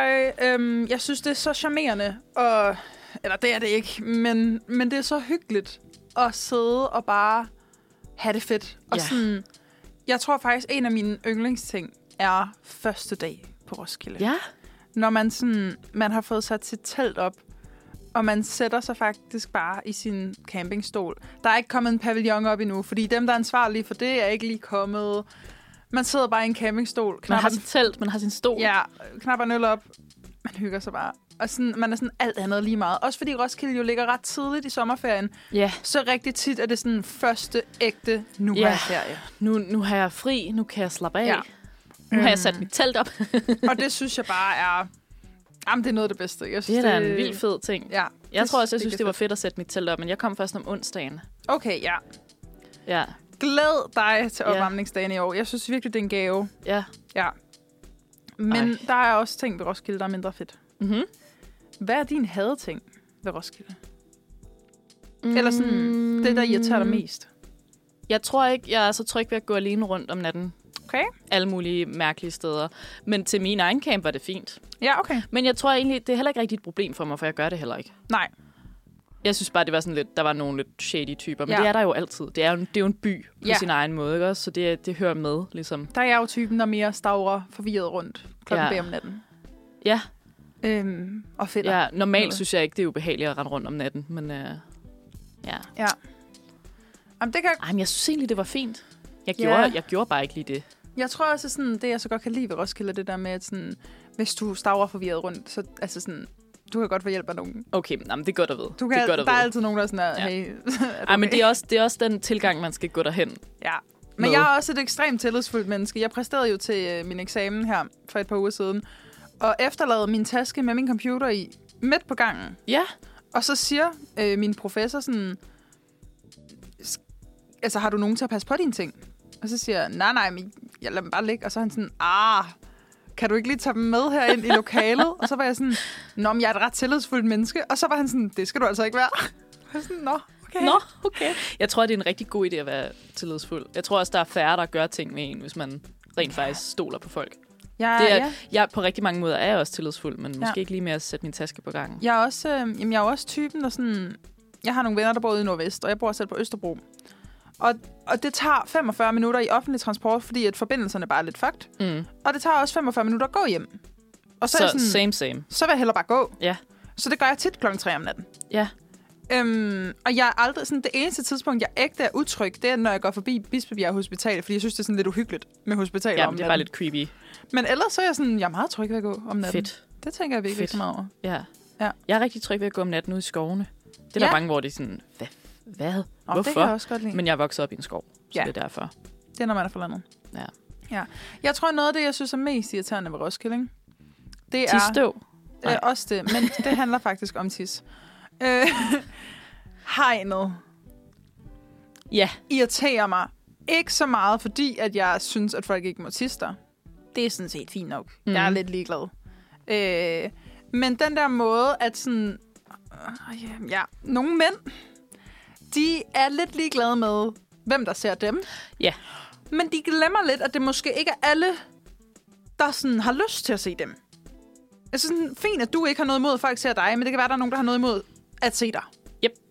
dig. Jeg synes, det er så charmerende. Og... Eller det er det ikke. Men det er så hyggeligt at sidde og bare have det fedt. Og sådan... Jeg tror faktisk, en af mine yndlingsting er første dag på Roskilde. Ja. Når man har fået sat sit telt op, og man sætter sig faktisk bare i sin campingstol. Der er ikke kommet en pavillon op endnu, fordi dem, der er ansvarlige for det, er ikke lige kommet. Man sidder bare i en campingstol. Man har sit telt, man har sin stol. Ja, knapper en øl op. Man hygger sig bare. Og sådan, man er sådan alt andet lige meget. Også fordi Roskilde jo ligger ret tidligt i sommerferien. Ja. Så rigtig tit er det sådan første ægte, nu har jeg ferie. Nu har jeg fri, nu kan jeg slappe af. Ja. Nu har jeg sat mit telt op. Og det synes jeg bare er... Jamen, det er noget af det bedste. Jeg synes, det er da en vild fed ting. Ja, jeg tror også, jeg synes, det var fedt at sætte mit telt op, men jeg kom først om onsdagen. Okay, ja. Ja. Glæd dig til opvarmningsdagen i år. Jeg synes virkelig, det er en gave. Ja. Ja. Men der er også ting ved Roskilde, der er mindre fedt. Mm-hmm. Hvad er din hadeting ved Roskilde? Eller sådan, det, der irriterer dig mest? Jeg tror ikke, jeg er så tryg ved at gå alene rundt om natten. Okay. Alle mulige mærkelige steder. Men til min egen camp var det fint. Ja, okay. Men jeg tror egentlig, det er heller ikke rigtig et problem for mig, for jeg gør det heller ikke. Nej. Jeg synes bare, det var sådan lidt, der var nogle lidt shady typer. Men det er der jo altid. Det er jo en by på sin egen måde, ikke også? Så det hører med, ligesom. Der er jo typen, der mere stavrer forvirret rundt klokken bag om natten. Ja. Og fedder. Ja, normalt synes jeg ikke, det er ubehageligt at rende rundt om natten, men ja. Ja. Jamen, det kan... Ej, men jeg synes egentlig, det var fint. Jeg gjorde bare ikke lige det. Jeg tror også, sådan, det jeg så godt kan lide ved Roskilde, det der med, at sådan, hvis du stavrer forvirret rundt, så altså sådan, du kan godt få hjælp af nogen. Okay, men det er godt at vide. Der er altid nogen, der er sådan, hey, Ej, men det er også den tilgang, man skal gå derhen. Ja, men jeg er også et ekstremt tillidsfuldt menneske. Jeg præsterede jo til min eksamen her for et par uger siden, og efterladede min taske med min computer i midt på gangen. Ja. Og så siger min professor sådan, altså har du nogen til at passe på dine ting? Og så siger jeg, nej, men jeg lader dem bare ligge. Og så er han sådan, kan du ikke lige tage dem med herind i lokalet? Og så var jeg sådan, men jeg er et ret tillidsfuldt menneske. Og så var han sådan, det skal du altså ikke være. Og jeg sådan, okay. Jeg tror, det er en rigtig god idé at være tillidsfuld. Jeg tror også, der er færre, der gør ting med en, hvis man rent faktisk stoler på folk. Jeg på rigtig mange måder er også tillidsfuld, men måske ikke lige med at sætte min taske på gangen. Jeg er også typen, der sådan... Jeg har nogle venner, der bor ude i Nordvest, og jeg bor selv på Østerbro. Og det tager 45 minutter i offentlig transport, fordi at forbindelserne bare er lidt fucked. Mm. Og det tager også 45 minutter at gå hjem. Og så er sådan, same. Så vil jeg hellere bare gå. Ja. Så det gør jeg tit 3 om natten. Ja. Og jeg er aldrig sådan, det eneste tidspunkt, jeg ægte er utryg, det er, når jeg går forbi Bispebjerg Hospital, fordi jeg synes, det er sådan lidt uhyggeligt med hospitaler om natten. Det er bare lidt creepy. Men ellers så er jeg sådan, jeg er meget tryg ved at gå om natten. Fedt. Det tænker jeg virkelig så meget over. Ja. Jeg er rigtig tryg ved at gå om natten ude i skovene. Det er der mange, hvor det er sådan, hvad? Hvorfor? Det kan jeg også godt lide. Men jeg er vokset op i en skov, så det er derfor. Det er, når man er fra landet. Ja. Jeg tror, noget af det, jeg synes er mest irriterende ved Roskilde, ikke? Det er... Tisstøv? Også det, men det handler faktisk om tis. Hegnet. Ja. Irriterer mig. Ikke så meget, fordi at jeg synes, at folk ikke må tisse der. Det er sådan set fint nok. Jeg er lidt ligeglad. Men den der måde, at sådan... nogle mænd, de er lidt ligeglade med, hvem der ser dem. Ja. Men de glemmer lidt, at det måske ikke er alle, der sådan har lyst til at se dem. Altså sådan, fint, at du ikke har noget imod, at folk ser dig, men det kan være, at der er nogen, der har noget imod at se dig. Yep.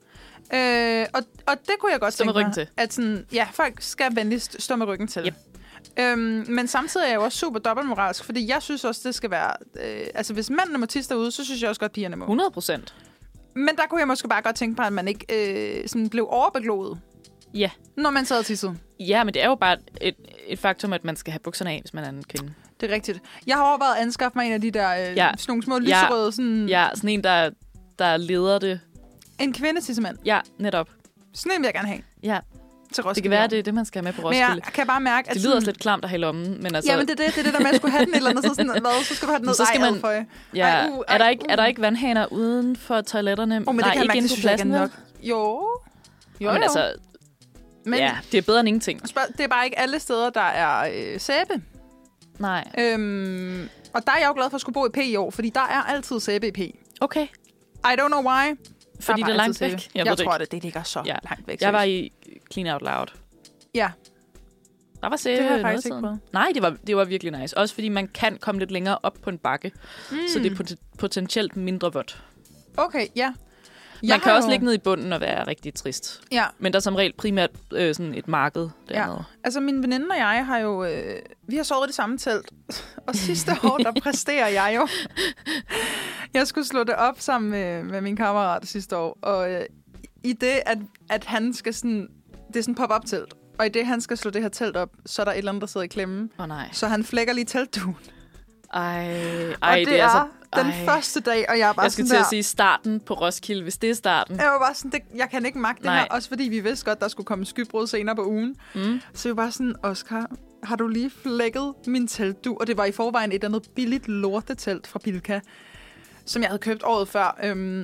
Og det kunne jeg godt Stå med tænke ryggen mig. til. At sådan, ja, folk skal venligst stå med ryggen til. Yep. Men samtidig er jeg jo også super dobbeltmoralsk, fordi jeg synes også, det skal være... altså, hvis mændene må tisse derude, så synes jeg også godt, pigerne må. 100%. Men der kunne jeg måske bare godt tænke på, at man ikke sådan blev overbegloet, Ja. når man sad og tissede. Ja, men det er jo bare et faktum, at man skal have bukserne af, hvis man er en kvinde. Det er rigtigt. Jeg har overvejet at anskaffe mig en af de der sådan nogle små lyserøde... Sådan, Ja, sådan en, der leder det. en kvindetissemand. Ja, netop. Sådan en vil jeg gerne have Ja, til Roskilde. det kan være, det er det, man skal have med på Men Roskilde. jeg kan bare mærke, at... Det lyder også lidt klamt at have i lommen, men altså... Ja, men det er det der med, at jeg skulle have den et eller andet, så, sådan, hvad, så skal du have den ned. Så skal man- For, Ja, er der ikke vandhaner uden for toiletterne? men det kan jeg ikke mærke, inde det på synes jeg pladsen, ikke er vel? nok. Jo. Men altså, Men ja, det er bedre end ingenting. det er bare ikke alle steder, der er sæbe. Nej. Og der er jeg jo glad for at skulle bo i P i år, fordi der er altid sæbe i P. Okay, I don't know why. fordi det er langt væk. Jeg ved tror, ikke. det ligger så Ja. langt væk. Jeg var i Clean Out Loud. Ja, Der var sæbe det har jeg noget faktisk ikke siden. prøvet. Nej, det var virkelig nice. Også fordi man kan komme lidt længere op på en bakke, så det er potentielt mindre vådt. Okay, ja. Man kan også ligge ned i bunden og være rigtig trist. Ja, Men der er som regel primært sådan et marked dernede. altså min veninde og jeg har jo... vi har sovet i det samme telt. Og sidste år, der præsterer jeg jo. Jeg skulle slå det op sammen med min kammerat sidste år. Og i det, at han skal sådan... Det er sådan en pop-up telt. Og i det, han skal slå det her telt op, så er der et eller andet, der sidder i klemme. Nej. Så han flækker lige teltduen. Ej, Og det er altså... den første dag, og jeg er bare Jeg skal sådan til der... at sige starten på Roskilde, hvis det er starten. Jeg var bare sådan, jeg kan ikke magte det Nej. her. Også fordi vi vidste godt, der skulle komme skybrud senere på ugen. Mm. Så jeg var bare sådan, Oscar, har du lige flækket min teltdu? Og det var i forvejen et eller andet billigt lortetelt fra Bilka, som jeg havde købt året før.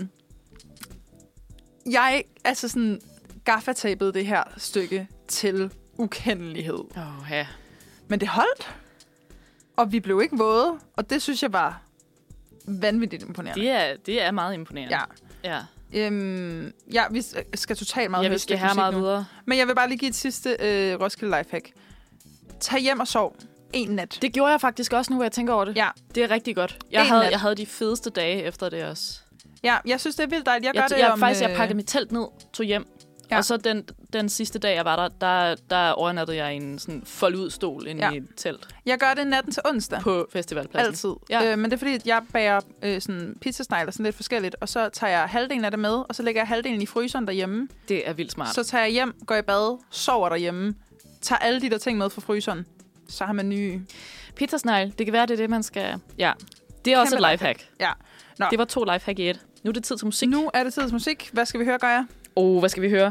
Jeg altså sådan gaffatapede det her stykke til ukendelighed. Ja. Men det holdt, og vi blev ikke våde, og det synes jeg var vanvittigt imponerende. Det er meget imponerende. Ja. Ja. Vi skal totalt meget Ja, høre vi skal stykke have musik meget nu. videre. Men jeg vil bare lige give et sidste Roskilde Lifehack. Tag hjem og sov en nat. Det gjorde jeg faktisk også nu, hvor jeg tænker over det. Ja. Det er rigtig godt. En nat. Jeg havde de fedeste dage efter det også. Ja, jeg synes, det er vildt dejligt. Jeg pakkede mit telt ned, tog hjem. Ja. Og så den sidste dag, jeg var der overnattede jeg i en sådan fold-ud-stol inde i et telt Jeg gør det natten til onsdag. på festivalpladsen. Altid. Ja. Men det er fordi, at jeg bager sådan pizzasnegler sådan lidt forskelligt, og så tager jeg halvdelen af det med, og så lægger jeg halvdelen i fryseren derhjemme. Det er vildt smart. Så tager jeg hjem, går i bad, sover derhjemme, tager alle de der ting med fra fryseren. Så har man nye... Pizzasnegl, det kan være, det er det, man skal... Ja, det er også Kæmpe et lifehack. Ja. Nå. Det var 2 lifehack i et. Nu er det tid til musik. Nu er det tid til musik. Hvad skal vi høre, Gaia? Hvad skal vi høre?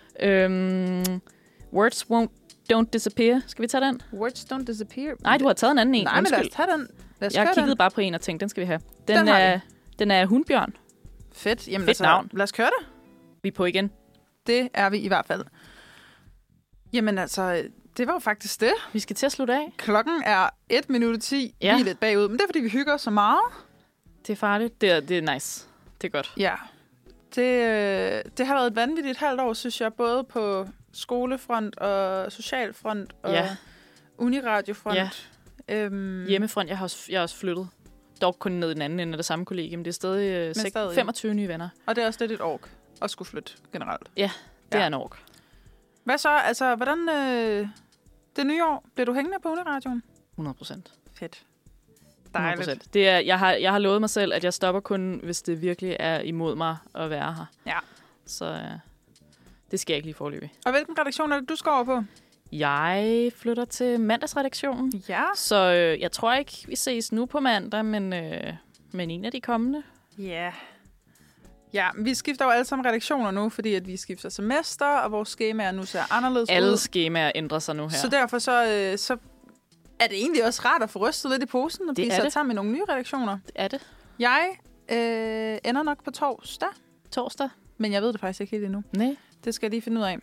Words Don't Disappear. Skal vi tage den? Words Don't Disappear. Nej, du har taget en anden en. Nej, men lad os Undskyld. tage den. Lad os Jeg køre kiggede den. bare på en og tænkte, den skal vi have. Den har Den er Hundbjørn. Fedt. Jamen, Fedt navn. Lad os køre det. Vi er på igen. Det er vi i hvert fald. Jamen altså, det var jo faktisk det. Vi skal til at slutte af. Klokken er 1:10. Ja. Vi er lidt bagud, men det er, fordi vi hygger os så meget. Det er farligt. Det er nice. Det er godt. Ja. Det har været et vanvittigt halvt år, synes jeg, både på skolefront og socialfront og uniradiofront. Ja. Hjemmefront, jeg har også flyttet. Dog kun ned i den anden ende af det samme kollegium. Det er stadig, stadig. 25 nye venner. Og det er også lidt et ork at skulle flytte generelt. Det er en ork. Hvad så? Altså, hvordan det nye år? Bliver du hængende på Uniradioen? 100%. Fedt. 100%. Det er, jeg har lovet mig selv, at jeg stopper kun, hvis det virkelig er imod mig at være her. Ja. Så det skal jeg ikke lige forløbe. Og hvilken redaktion er det, du skal over på? Jeg flytter til mandagsredaktionen. Ja. Så jeg tror ikke, vi ses nu på mandag, men en af de kommende. Ja. Ja, vi skifter jo alle sammen redaktioner nu, fordi at vi skifter semester, og vores skemaer nu ser anderledes ud. Alle skemaer ændrer sig nu her. Så derfor så er det egentlig også rart at få rystet lidt i posen og blive sat sammen med nogle nye redaktioner. Det er det. Jeg ender nok på Torsdag. men jeg ved det faktisk ikke helt endnu. Nej. Det skal jeg lige finde ud af.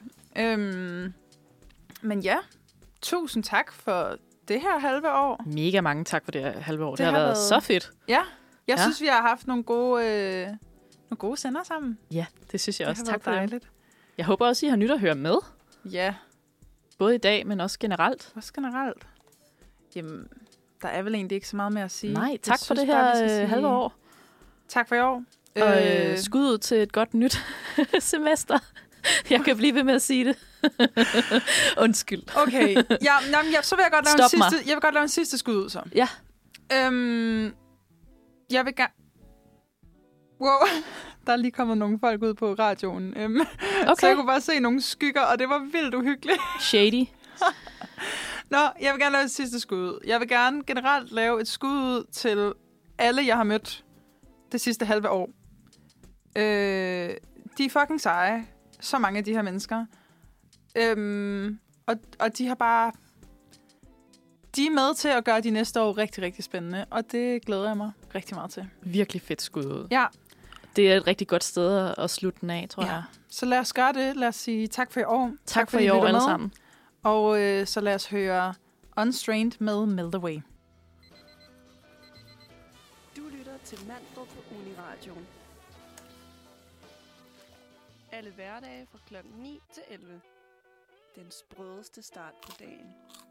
Men ja, tusind tak for det her halve år. Mega mange tak for det her halve år. Det har været så fedt. Ja, jeg synes, vi har haft nogle gode sender sammen. Ja, det synes jeg også. Tak for det. Jeg håber også, I har nyt at høre med. Ja. Både i dag, men også generelt. Også generelt. Jamen, der er vel egentlig ikke så meget mere at sige. Nej, tak for det her halve år. Tak for i år. Og skud ud til et godt nyt semester. Jeg kan blive ved med at sige det. Undskyld. Okay, så vil jeg godt lave en sidste skud ud, så. Ja. Jeg vil gerne... Wow, der er lige kommet nogle folk ud på radioen. Okay. Så jeg kunne bare se nogle skygger, og det var vildt uhyggeligt. Shady. Nå, jeg vil gerne lave et sidste skud. Jeg vil gerne generelt lave et skud ud til alle, jeg har mødt det sidste halve år. De er fucking seje. Så mange af de her mennesker. Og de har bare... De er med til at gøre de næste år rigtig, rigtig spændende. Og det glæder jeg mig rigtig meget til. Virkelig fedt skud ud. Ja. Det er et rigtig godt sted at slutte den af, tror jeg. Så lad os gøre det. Lad os sige tak for i år. Tak for i år alle sammen. Og så lad os høre Unstrained med Melt Away. Du lytter til Manfred på Uniradioen. Alle hverdage fra kl. 9 til 11. Den sprødeste start på dagen.